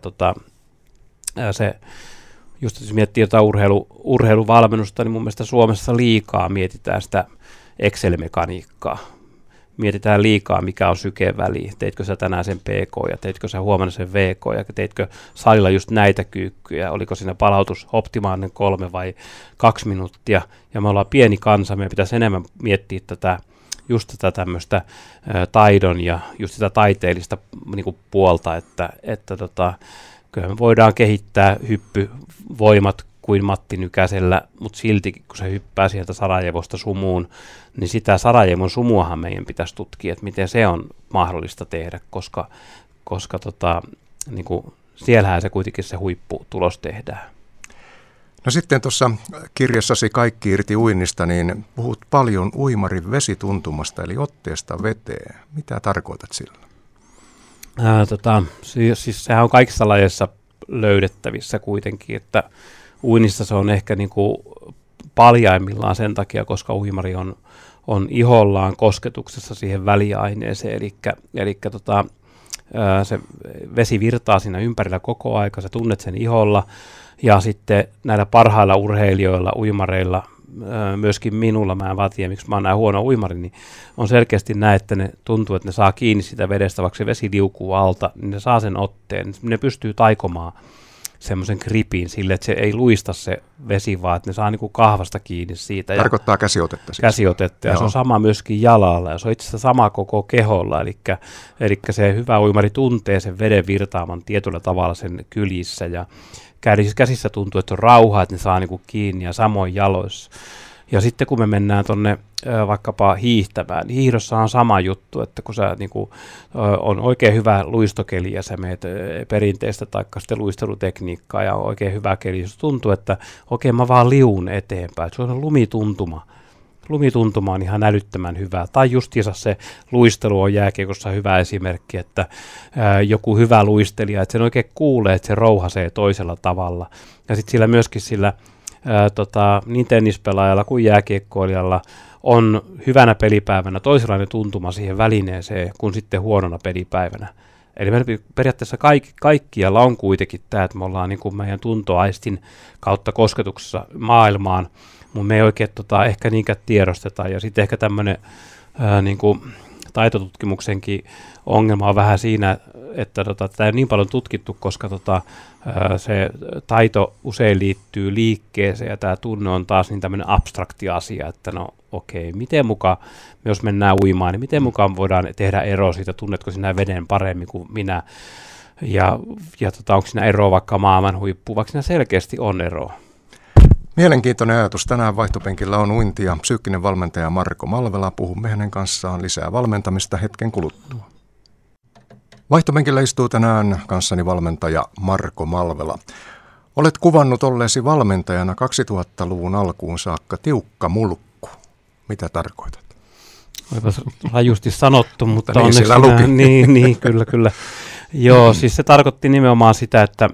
se just jos miettii jotain urheiluvalmennusta, niin mun mielestä Suomessa liikaa mietitään sitä Excel-mekaniikkaa. Mietitään liikaa, mikä on sykeen väliin. Teitkö sä tänään sen PK ja teitkö sä huomenna sen VK ja teitkö salilla just näitä kyykkyjä. Oliko siinä palautus optimaalinen 3 vai 2 minuuttia. Ja me ollaan pieni kansa, meidän pitäisi enemmän miettiä just tätä tämmöistä taidon ja just sitä taiteellista niin kuin puolta, että kyllä me voidaan kehittää hyppyvoimat kuin Matti Nykäsellä, mutta silti kun se hyppää sieltä Sarajevosta sumuun, niin sitä Sarajevon sumuahan meidän pitäisi tutkia, että miten se on mahdollista tehdä, koska niin kuin siellähän se kuitenkin se huipputulos tehdään. No sitten tuossa kirjassasi Kaikki irti uinnista, niin puhut paljon uimarin vesituntumasta, eli otteesta veteen. Mitä tarkoitat sillä? Siis sehän on kaikissa lajeissa löydettävissä kuitenkin, että uinnissa se on ehkä niin kuin paljaimmillaan sen takia, koska uimari on ihollaan kosketuksessa siihen väliaineeseen, eli se vesi virtaa siinä ympärillä koko aika, sä tunnet sen iholla, ja sitten näillä parhailla urheilijoilla, uimareilla, myöskin minulla, mä en vaan tiedä, miksi mä oon näin huono uimari, niin on selkeästi näin, että ne tuntuu, että ne saa kiinni sitä vedestä, vaikka se vesi liukuu alta, niin ne saa sen otteen, ne pystyy taikomaan semmoisen gripin sille, että se ei luista se vesi, vaan että ne saa niinku kahvasta kiinni siitä. Tarkoittaa käsiotetta siis. Käsiotetta, ja se on sama myöskin jalalla, ja se on itse asiassa sama koko keholla, eli se hyvä uimari tuntee sen veden virtaaman tietyllä tavalla sen kylissä, ja käsissä tuntuu, että on rauha, että ne saa niinku kiinni, ja samoin jaloissa. Ja sitten kun me mennään tuonne vaikkapa hiihtämään, niin hiihdossa on sama juttu, että kun sä niinku, on oikein hyvä luistokeli ja sä meet perinteistä taikka sitten luistelutekniikkaa ja on oikein hyvä keli, jos tuntuu, että okei mä vaan liuun eteenpäin, että se on lumituntuma. Lumituntuma on ihan älyttömän hyvä. Tai justiinsa se luistelu on jääkiekossa hyvä esimerkki, että joku hyvä luistelija, että sen oikein kuulee, että se rouhasee toisella tavalla. Ja sitten sillä myöskin sillä niin tennispelaajalla kuin jääkiekkoilijalla on hyvänä pelipäivänä toisenlainen tuntuma siihen välineeseen kuin sitten huonona pelipäivänä. Eli periaatteessa kaikkialla on kuitenkin tämä, että me ollaan niin kuin meidän tuntoaistin kautta kosketuksessa maailmaan, mutta me ei oikein ehkä niinkään tiedosteta. Ja sitten ehkä tämmöinen niin kuin taitotutkimuksenkin ongelma on vähän siinä, että tämä ei niin paljon tutkittu, koska se taito usein liittyy liikkeeseen ja tämä tunne on taas niin tämmöinen abstrakti asia, että no okei, miten mukaan, jos mennään uimaan, niin miten mukaan voidaan tehdä ero siitä, tunnetko sinä veden paremmin kuin minä ja onko siinä ero vaikka maailman huippuun, vaikka siinä selkeästi on ero. Mielenkiintoinen ajatus. Tänään vaihtopenkillä on uinti ja psyykkinen valmentaja Marko Malvela. Puhumme hänen kanssaan lisää valmentamista hetken kuluttua. Vaihtopenkillä istuu tänään kanssani valmentaja Marko Malvela. Olet kuvannut olleesi valmentajana 2000-luvun alkuun saakka tiukka mulkku. Mitä tarkoitat? Olipas rajusti sanottu, mutta niin onneksi luki. Niin, kyllä. Joo, siis se tarkoitti nimenomaan sitä, että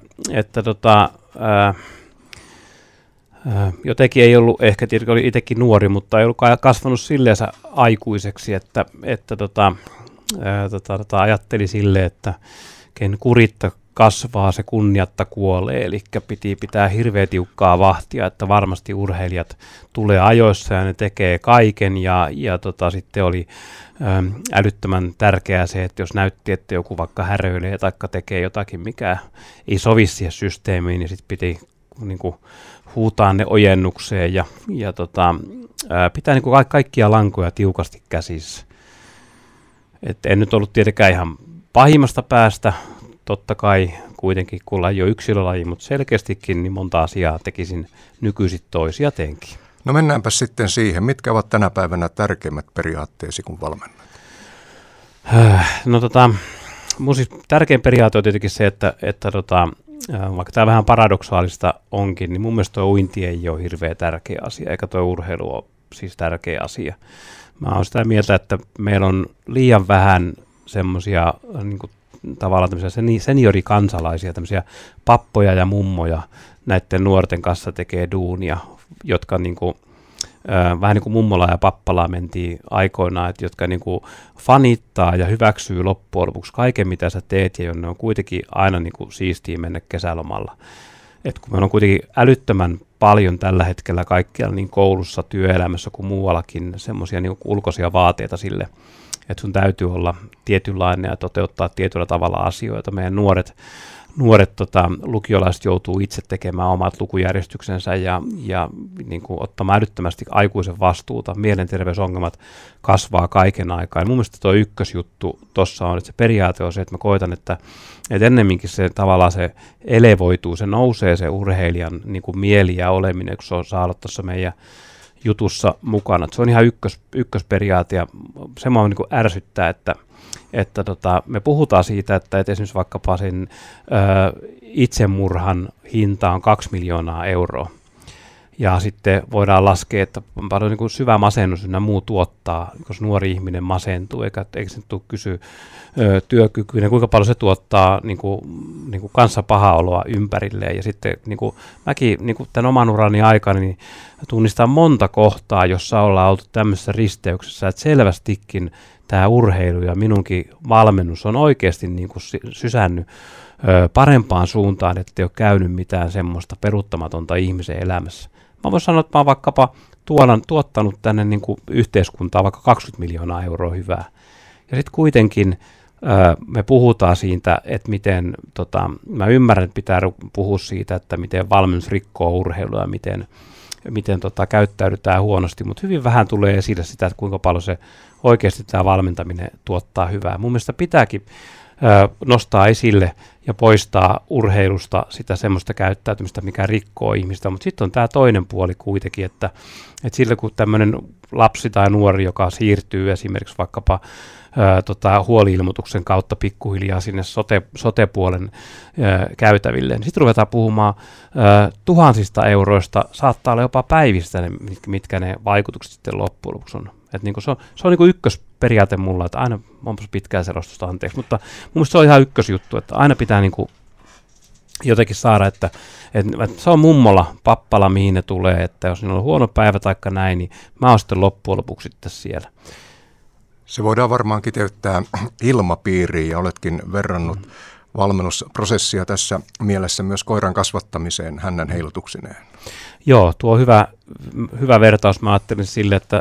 jotenkin ei ollut, ehkä tietenkin oli itsekin nuori, mutta ei ollut kasvanut silleensä aikuiseksi, että ajatteli silleen, että ken kasvaa, se kunniatta kuolee, eli piti pitää hirveän tiukkaa vahtia, että varmasti urheilijat tulee ajoissa ja ne tekee kaiken, ja sitten oli älyttömän tärkeää se, että jos näytti, että joku vaikka häröilee tai tekee jotakin, mikä ei sovi siihen systeemiin, niin sitten piti niin kuin huutaa ne ojennukseen ja pitää niin kuin kaikkia lankoja tiukasti käsissä. Et en nyt ollut tietenkään ihan pahimmasta päästä, totta kai kuitenkin kun laji on yksilölaji, mutta selkeästikin niin monta asiaa tekisin nykyisin toisia teenkin. No mennäänpä sitten siihen, mitkä ovat tänä päivänä tärkeimmät periaatteesi, kun valmennat? No mun siis tärkein periaate on tietenkin se, että vaikka tämä vähän paradoksaalista onkin, niin mun mielestä tuo uinti ei ole hirveän tärkeä asia, eikä tuo urheilu ole siis tärkeä asia. Mä oon sitä mieltä, että meillä on liian vähän semmoisia niin kuin tavallaan tämmöisiä seniorikansalaisia, tämmöisiä pappoja ja mummoja näiden nuorten kanssa tekee duunia, jotka niin kuin, vähän niin kuin mummola ja pappala mentiin aikoinaan, että jotka niin kuin fanittaa ja hyväksyy loppujen lopuksi kaiken, mitä sä teet, ja jonne on kuitenkin aina niin kuin siistiä mennä kesälomalla. Et kun meillä on kuitenkin älyttömän paljon tällä hetkellä kaikkialla niin koulussa, työelämässä kuin muuallakin semmoisia niin ulkoisia vaateita sille, että sun täytyy olla tietynlainen ja toteuttaa tietyllä tavalla asioita. Meidän nuoret lukiolaiset joutuu itse tekemään omat lukujärjestyksensä ja niin kuin ottamaan älyttömästi aikuisen vastuuta. Mielenterveysongelmat kasvaa kaiken aikaa. Ja mun mielestä tuo ykkösjuttu tuossa on, että se periaate on se, että mä koitan, että ennemminkin se tavallaan se elevoituu, se nousee se urheilijan niin kuin mieli ja oleminen, kun se saa olla tuossa meidän jutussa mukana. Että se on ihan ykkösperiaate ja se mua niin kuin ärsyttää, että me puhutaan siitä, että esimerkiksi vaikkapa sen itsemurhan hinta on 2 miljoonaa euroa. Ja sitten voidaan laskea, että paljon niin kuin syvä masennus ja muu tuottaa, jos nuori ihminen masentuu, eikä se tule kysyä työkykyinen, kuinka paljon se tuottaa niin kuin kanssa pahaa oloa ympärilleen. Ja sitten niin kuin mäkin niin kuin tämän oman urani aikana niin tunnistan monta kohtaa, jossa ollaan oltu tämmöisessä risteyksessä, että selvästikin tämä urheilu ja minunkin valmennus on oikeasti niin kuin sysännyt parempaan suuntaan, että ei ole käynyt mitään semmoista peruuttamatonta ihmisen elämässä. Mä voin sanoa, että mä oon vaikkapa tuottanut tänne niin kuin yhteiskuntaan vaikka 20 miljoonaa euroa hyvää. Ja sitten kuitenkin me puhutaan siitä, että miten, mä ymmärrän, että pitää puhua siitä, että miten valmennus rikkoo urheilua ja miten käyttäydytään huonosti, mutta hyvin vähän tulee esille sitä, että kuinka paljon se oikeasti tämä valmentaminen tuottaa hyvää. Mun mielestä pitääkin nostaa esille ja poistaa urheilusta sitä semmoista käyttäytymistä, mikä rikkoo ihmistä, mutta sitten on tämä toinen puoli kuitenkin, että sillä kun tämmöinen lapsi tai nuori, joka siirtyy esimerkiksi vaikkapa huoli-ilmoituksen kautta pikkuhiljaa sinne sote-puolen käytäville, niin sitten ruvetaan puhumaan tuhansista euroista, saattaa olla jopa päivistä, mitkä ne vaikutukset sitten loppujen lopuksi on. Se on niin kuin ykkösperiaate mulla, että aina, onpas pitkää selostusta, anteeksi, mutta mun mielestä se on ihan ykkösjuttu, että aina pitää niin kuin jotenkin saada, että se on mummola, pappala, mihin ne tulee, että jos niillä on huono päivä tai näin, niin mä oon sitten loppujen lopuksi sitten siellä. Se voidaan varmaan kiteyttää ilmapiiriin ja oletkin verrannut valmennusprosessia tässä mielessä myös koiran kasvattamiseen hännän heilutuksineen. Joo, tuo on hyvä vertaus. Mä ajattelin sille, että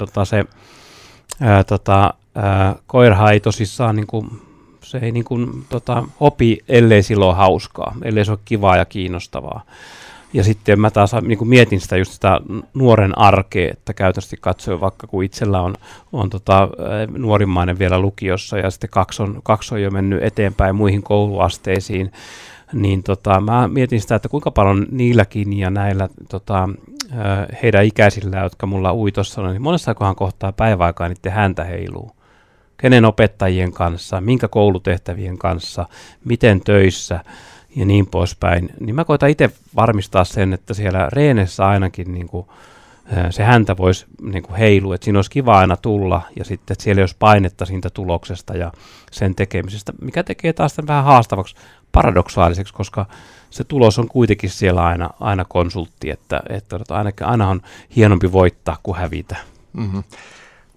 koirahan ei tosissaan, niin kuin, se ei niin kuin, opi, ellei silloin ole hauskaa, ellei se ole kivaa ja kiinnostavaa. Ja sitten mä taas niin kuin mietin sitä nuoren arkea, että käytännössä katsoen vaikka kun itsellä on nuorimmainen vielä lukiossa ja sitten kaksi on jo mennyt eteenpäin muihin kouluasteisiin, niin mä mietin sitä, että kuinka paljon niilläkin ja näillä heidän ikäisillä, jotka mulla ui tuossa, niin monessakohan kohtaa päiväaikaa niiden häntä heiluu. Kenen opettajien kanssa, minkä koulutehtävien kanssa, miten töissä ja niin poispäin. Niin mä koitan itse varmistaa sen, että siellä reenessä ainakin niin kuin, se häntä voisi niin kuin heilua, että siinä olisi kiva aina tulla ja sitten, että siellä ei olisi painetta siitä tuloksesta ja sen tekemisestä, mikä tekee taas vähän haastavaksi paradoksaaliseksi, koska se tulos on kuitenkin siellä aina konsultti, että aina on hienompi voittaa kuin hävitä. Mm-hmm.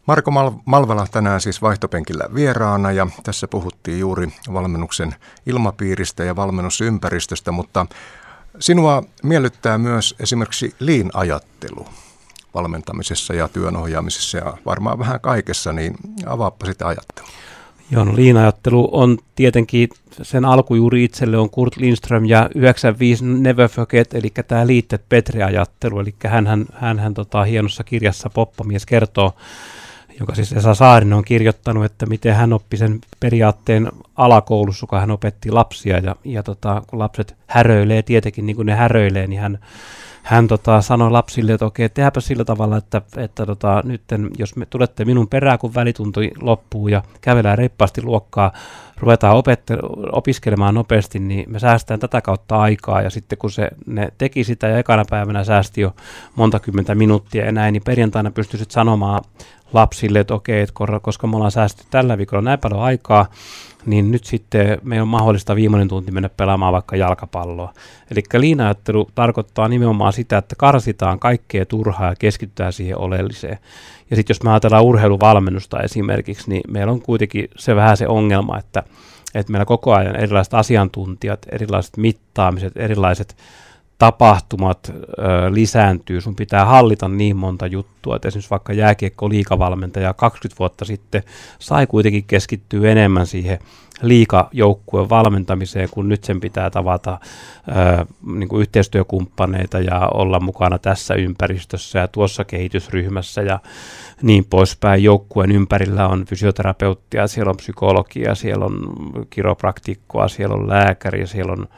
Marko Malvela tänään siis vaihtopenkillä vieraana ja tässä puhuttiin juuri valmennuksen ilmapiiristä ja valmennusympäristöstä, mutta sinua miellyttää myös esimerkiksi lean-ajattelu valmentamisessa ja työnohjaamisessa ja varmaan vähän kaikessa, niin avaappa sitä ajattelua. Joo, no lean-ajattelu on tietenkin, sen alku juuri itselle on Kurt Lindström ja 95 Never Forget, eli tämä liitteet Petri-ajattelu, eli hän hienossa kirjassa Poppamies kertoo, joka siis Esa Saarinen on kirjoittanut, että miten hän oppi sen periaatteen alakoulussa, kun hän opetti lapsia, ja kun lapset häröilee, tietenkin niin kuin ne häröilee, niin hän sanoi lapsille, että okei, tehdäpä sillä tavalla, että nyt jos me tulette minun perään, kun välitunti loppuu ja kävelään reippaasti luokkaa, ruvetaan opiskelemaan nopeasti, niin me säästään tätä kautta aikaa, ja sitten kun ne teki sitä ja ekana päivänä säästi jo monta kymmentä minuuttia ja näin, niin perjantaina pystyisit sanomaan lapsille, että okei, koska me ollaan säästetty tällä viikolla näin paljon aikaa, niin nyt sitten meillä on mahdollista viimeinen tunti mennä pelaamaan vaikka jalkapalloa. Eli lean-ajattelu tarkoittaa nimenomaan sitä, että karsitaan kaikkea turhaa ja keskitytään siihen oleelliseen. Ja sitten jos me ajatellaan urheiluvalmennusta esimerkiksi, niin meillä on kuitenkin vähän se ongelma, että meillä koko ajan erilaiset asiantuntijat, erilaiset mittaamiset, erilaiset tapahtumat lisääntyy, sun pitää hallita niin monta juttua, että esimerkiksi vaikka jääkiekko-liigavalmentaja 20 vuotta sitten sai kuitenkin keskittyä enemmän siihen liigajoukkueen valmentamiseen, kun nyt sen pitää tavata niin kuin yhteistyökumppaneita ja olla mukana tässä ympäristössä ja tuossa kehitysryhmässä ja niin poispäin. Joukkueen ympärillä on fysioterapeuttia, siellä on psykologia, siellä on kiropraktikkoa, siellä on lääkäri, siellä on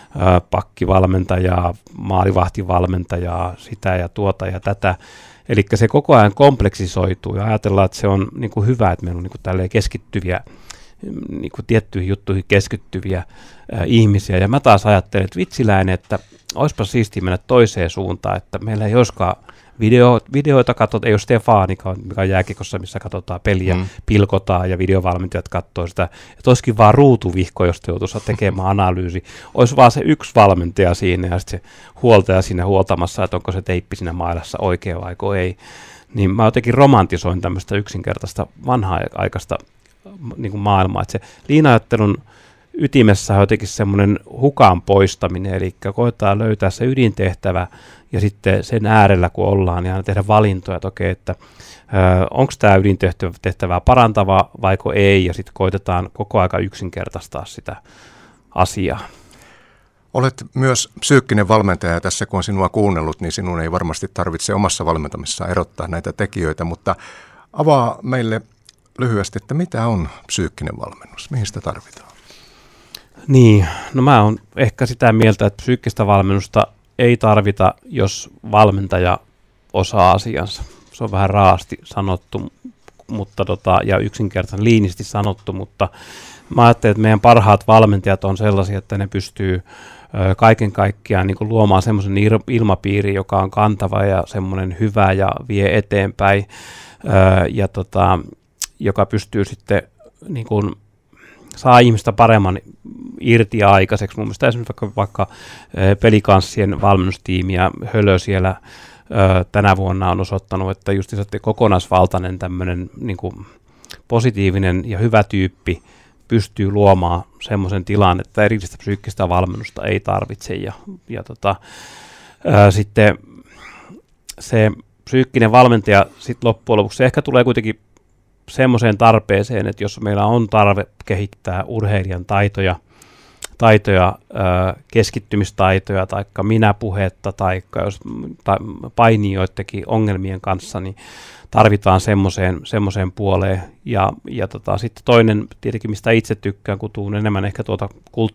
pakkivalmentajaa, maalivahtivalmentajaa, sitä ja tuota ja tätä. Eli se koko ajan kompleksisoituu ja ajatellaan, että se on niin kuin hyvä, että meillä on niin kuin tälleen keskittyviä, niin kuin tiettyihin juttuihin keskittyviä ihmisiä. Ja mä taas ajattelen, että vitsiläinen, että olisipa siistiä mennä toiseen suuntaan, että meillä ei olisikaan videoita katsotaan, ei ole Stefaanika, mikä on jääkiekossa, missä katsotaan peliä, pilkotaan ja videovalmentajat katsoo sitä. Että olisikin vaan ruutuvihko, josta joutuisi tekemään analyysi. Olisi vaan se yksi valmentaja siinä ja sitten se huoltaja siinä huoltamassa, että onko se teippi siinä mailassa oikein vai ei. Niin mä jotenkin romantisoin tämmöistä yksinkertaista vanha-aikaista niin kuin maailmaa. Että se lean-ajattelun ytimessä on jotenkin semmoinen hukaan poistaminen, eli koetaan löytää se ydintehtävä ja sitten sen äärellä kun ollaan, niin aina tehdä valintoja, että okei, että onko tämä ydintehtävää parantava vaiko ei, ja sitten koitetaan koko aika yksinkertaistaa sitä asiaa. Olet myös psyykkinen valmentaja ja tässä kun on sinua kuunnellut, niin sinun ei varmasti tarvitse omassa valmentamisessa erottaa näitä tekijöitä, mutta avaa meille lyhyesti, että mitä on psyykkinen valmennus, mihin sitä tarvitaan? Niin, no mä oon ehkä sitä mieltä, että psyykkistä valmennusta ei tarvita, jos valmentaja osaa asiansa. Se on vähän raasti sanottu mutta ja yksinkertaisen liinisti sanottu, mutta mä ajattelen, että meidän parhaat valmentajat on sellaisia, että ne pystyy kaiken kaikkiaan niin kuin luomaan semmoisen ilmapiiri, joka on kantava ja semmoinen hyvä ja vie eteenpäin ja joka pystyy sitten niin kuin saa ihmistä paremman irti ja aikaiseksi. Mun mielestä esimerkiksi vaikka Pelikanssien valmennustiimi ja Hölö siellä tänä vuonna on osoittanut, että just se kokonaisvaltainen tämmöinen niin kuin positiivinen ja hyvä tyyppi pystyy luomaan semmoisen tilan, että erillistä psyykkistä valmennusta ei tarvitse. Sitten se psyykkinen valmentaja sitten loppujen lopuksi se ehkä tulee kuitenkin semmoiseen tarpeeseen, että jos meillä on tarve kehittää urheilijan taitoja, keskittymistaitoja tai minäpuhetta tai painijoidenkin ongelmien kanssa, niin tarvitaan semmoiseen puoleen. Ja sitten toinen tietenkin, mistä itse tykkään, kun tuun enemmän ehkä tuota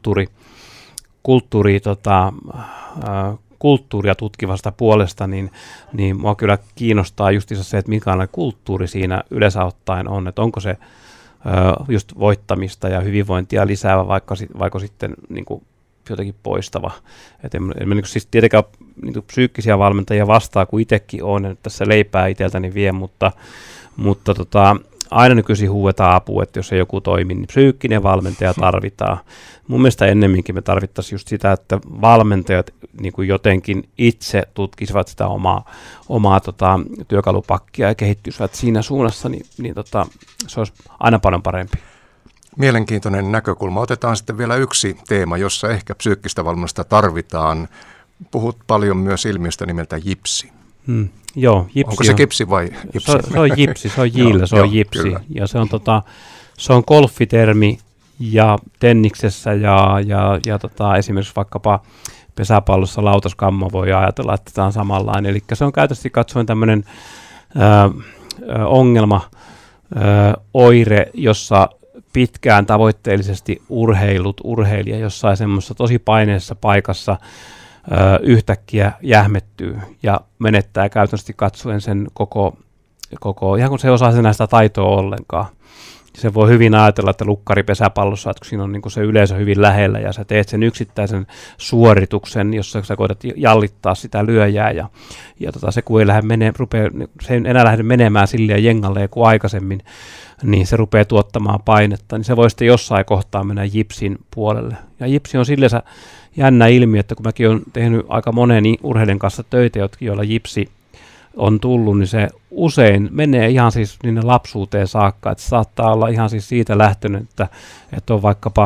kulttuuria tutkivasta puolesta, niin mua kyllä kiinnostaa justiinsa se, että minkälainen kulttuuri siinä yleensä ottaen on, että onko se just voittamista ja hyvinvointia lisäävä, vaikka sitten niin kuin jotenkin poistava. Et en niin siis tietenkään niin psyykkisiä valmentajia vastaan, kun itsekin olen, että tässä leipää itseltäni vie, mutta aina nykyisin huuetaan apua, että jos ei joku toimi, niin psyykkinen valmentaja tarvitaan. Mun mielestä ennemminkin me tarvittaisiin just sitä, että valmentajat niin kuin jotenkin itse tutkisivat sitä omaa työkalupakkia ja kehittyisivät siinä suunnassa, niin se olisi aina paljon parempi. Mielenkiintoinen näkökulma. Otetaan sitten vielä yksi teema, jossa ehkä psyykkistä valmennusta tarvitaan. Puhut paljon myös ilmiöstä nimeltä jipsi. Joo, jipsi. Onko se kipsi vai jipsi? Se on jipsi, se on jillä, se on jipsi. Kyllä. Ja se on golfitermi ja tenniksessä ja esimerkiksi vaikkapa pesäpallossa lautaskamma voi ajatella, että tämä on samanlainen. Eli se on käytössä katsoen tämmöinen ongelma, oire, jossa pitkään tavoitteellisesti urheilija jossain semmoisessa tosi paineessa paikassa yhtäkkiä jähmettyy ja menettää käytännössä katsoen sen koko ihan kun se ei osaa sitä taitoa ollenkaan. Se voi hyvin ajatella, että lukkaripesäpallossa, että kun siinä on niin kuin se yleisö hyvin lähellä ja sä teet sen yksittäisen suorituksen, jossa sä koetat jallittaa sitä lyöjää ja se kun ei se ei enää lähde menemään silleen jengalleen kuin aikaisemmin, niin se rupeaa tuottamaan painetta, niin se voi sitten jossain kohtaa mennä jipsin puolelle. Ja jipsi on silleensä jännä ilmiö, että kun mäkin olen tehnyt aika monen urheilijan kanssa töitä, joilla jipsi on tullut, niin se usein menee ihan siis niinne lapsuuteen saakka, että saattaa olla ihan siis siitä lähtönyt, että on vaikkapa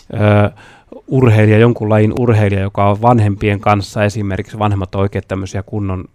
jonkun lajin urheilija, joka on vanhempien kanssa esimerkiksi, vanhemmat oikein tämmöisiä kunnon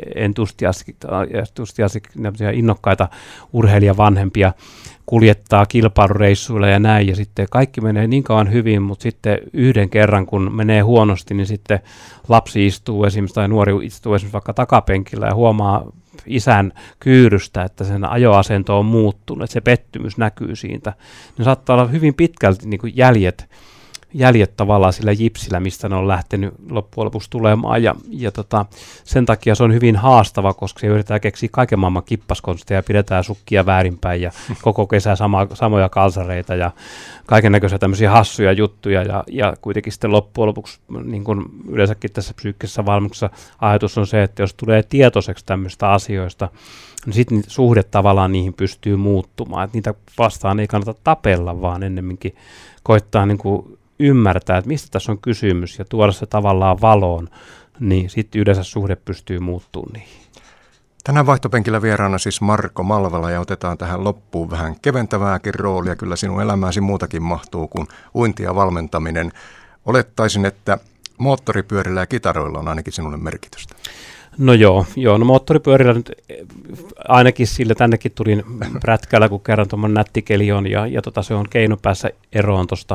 innokkaita urheilijavanhempia kuljettaa kilpailureissuilla ja näin, ja sitten kaikki menee niin kauan hyvin, mutta sitten yhden kerran, kun menee huonosti, niin sitten lapsi istuu esimerkiksi, tai nuori istuu esimerkiksi vaikka takapenkillä ja huomaa isän kyyrystä, että sen ajoasento on muuttunut, että se pettymys näkyy siitä. Ne saattaa olla hyvin pitkälti niin kuin jäljet tavallaan sillä jipsillä, mistä ne on lähtenyt loppujen lopuksi tulemaan, ja sen takia se on hyvin haastava, koska se yritetään keksiä kaiken maailman kippaskonsteja, ja pidetään sukkia väärinpäin, ja koko kesä samoja kalsareita, ja kaiken näköisiä tämmöisiä hassuja juttuja, ja kuitenkin sitten loppujen lopuksi, niin kuin yleensäkin tässä psyykkisessä valmennuksessa ajatus on se, että jos tulee tietoiseksi tämmöistä asioista, niin sitten suhde tavallaan niihin pystyy muuttumaan, että niitä vastaan ei kannata tapella, vaan ennemminkin koittaa niin kuin ymmärtää, että mistä tässä on kysymys ja tuoda se tavallaan valoon, niin sitten yleensä suhde pystyy muuttumaan niihin. Tänään vaihtopenkillä vieraana siis Marko Malvela, ja otetaan tähän loppuun vähän keventävääkin roolia. Kyllä sinun elämääsi muutakin mahtuu kuin uinti ja valmentaminen. Olettaisin, että moottoripyörillä ja kitaroilla on ainakin sinulle merkitystä. No joo, no moottoripyörillä nyt ainakin sillä tännekin tulin prätkällä, kun kerran tuommoinen nättikeli on, ja se on keino päässä eroon tuosta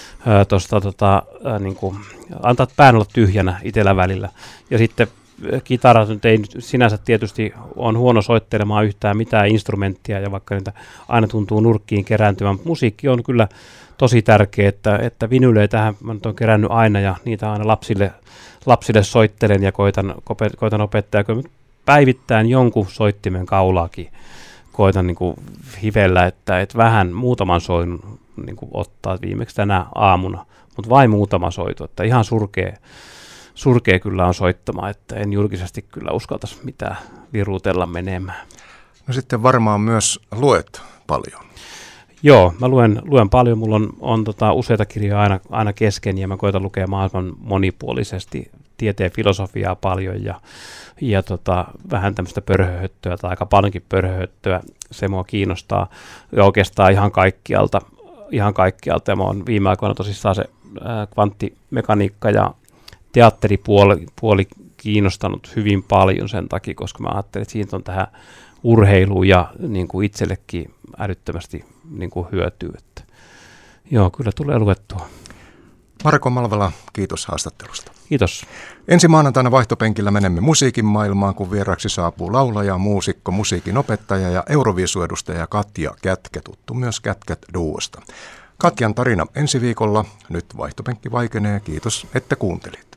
niin kuin, antaa pään olla tyhjänä itsellä välillä. Ja sitten kitara nyt ei sinänsä tietysti on huono soittelemaan yhtään mitään instrumenttia, ja vaikka niitä aina tuntuu nurkkiin kerääntyvän, mutta musiikki on kyllä tosi tärkeä, että vinylejähän mä nyt olen kerännyt aina, ja niitä aina lapsille soittelen ja koitan opettaa, kun päivittäin jonkun soittimen kaulaakin koitan niin kuin hivellä, että vähän muutaman soin niin kuin ottaa viimeksi tänä aamuna, mutta vain muutama soito, että ihan surkea kyllä on soittamaan, että en julkisesti kyllä uskaltaisi mitään viruutella menemään. No sitten varmaan myös luet paljon. Joo, mä luen paljon, mulla on useita kirjoja aina kesken, ja mä koitan lukea mahdollisimman monipuolisesti tieteen filosofiaa paljon ja vähän tämmöistä pörhöhöttöä tai aika paljonkin pörhöhöttöä, se mua kiinnostaa ja oikeastaan ihan kaikkialta, ja mä oon viime aikoina tosissaan se kvanttimekaniikka ja teatteripuoli kiinnostanut hyvin paljon sen takia, koska mä ajattelin, että siitä on tähän urheiluun ja niin kuin itsellekin älyttömästi niin kuin hyötyy. Että joo, kyllä tulee luettua. Marko Malvela, kiitos haastattelusta. Kiitos. Ensi maanantaina vaihtopenkillä menemme musiikin maailmaan, kun vieraksi saapuu laulaja, muusikko, musiikin opettaja ja Euroviisu-edustaja Katja Kätkä, tuttu myös Kätkät-duosta. Katjan tarina ensi viikolla. Nyt vaihtopenkki vaikenee. Kiitos, että kuuntelit.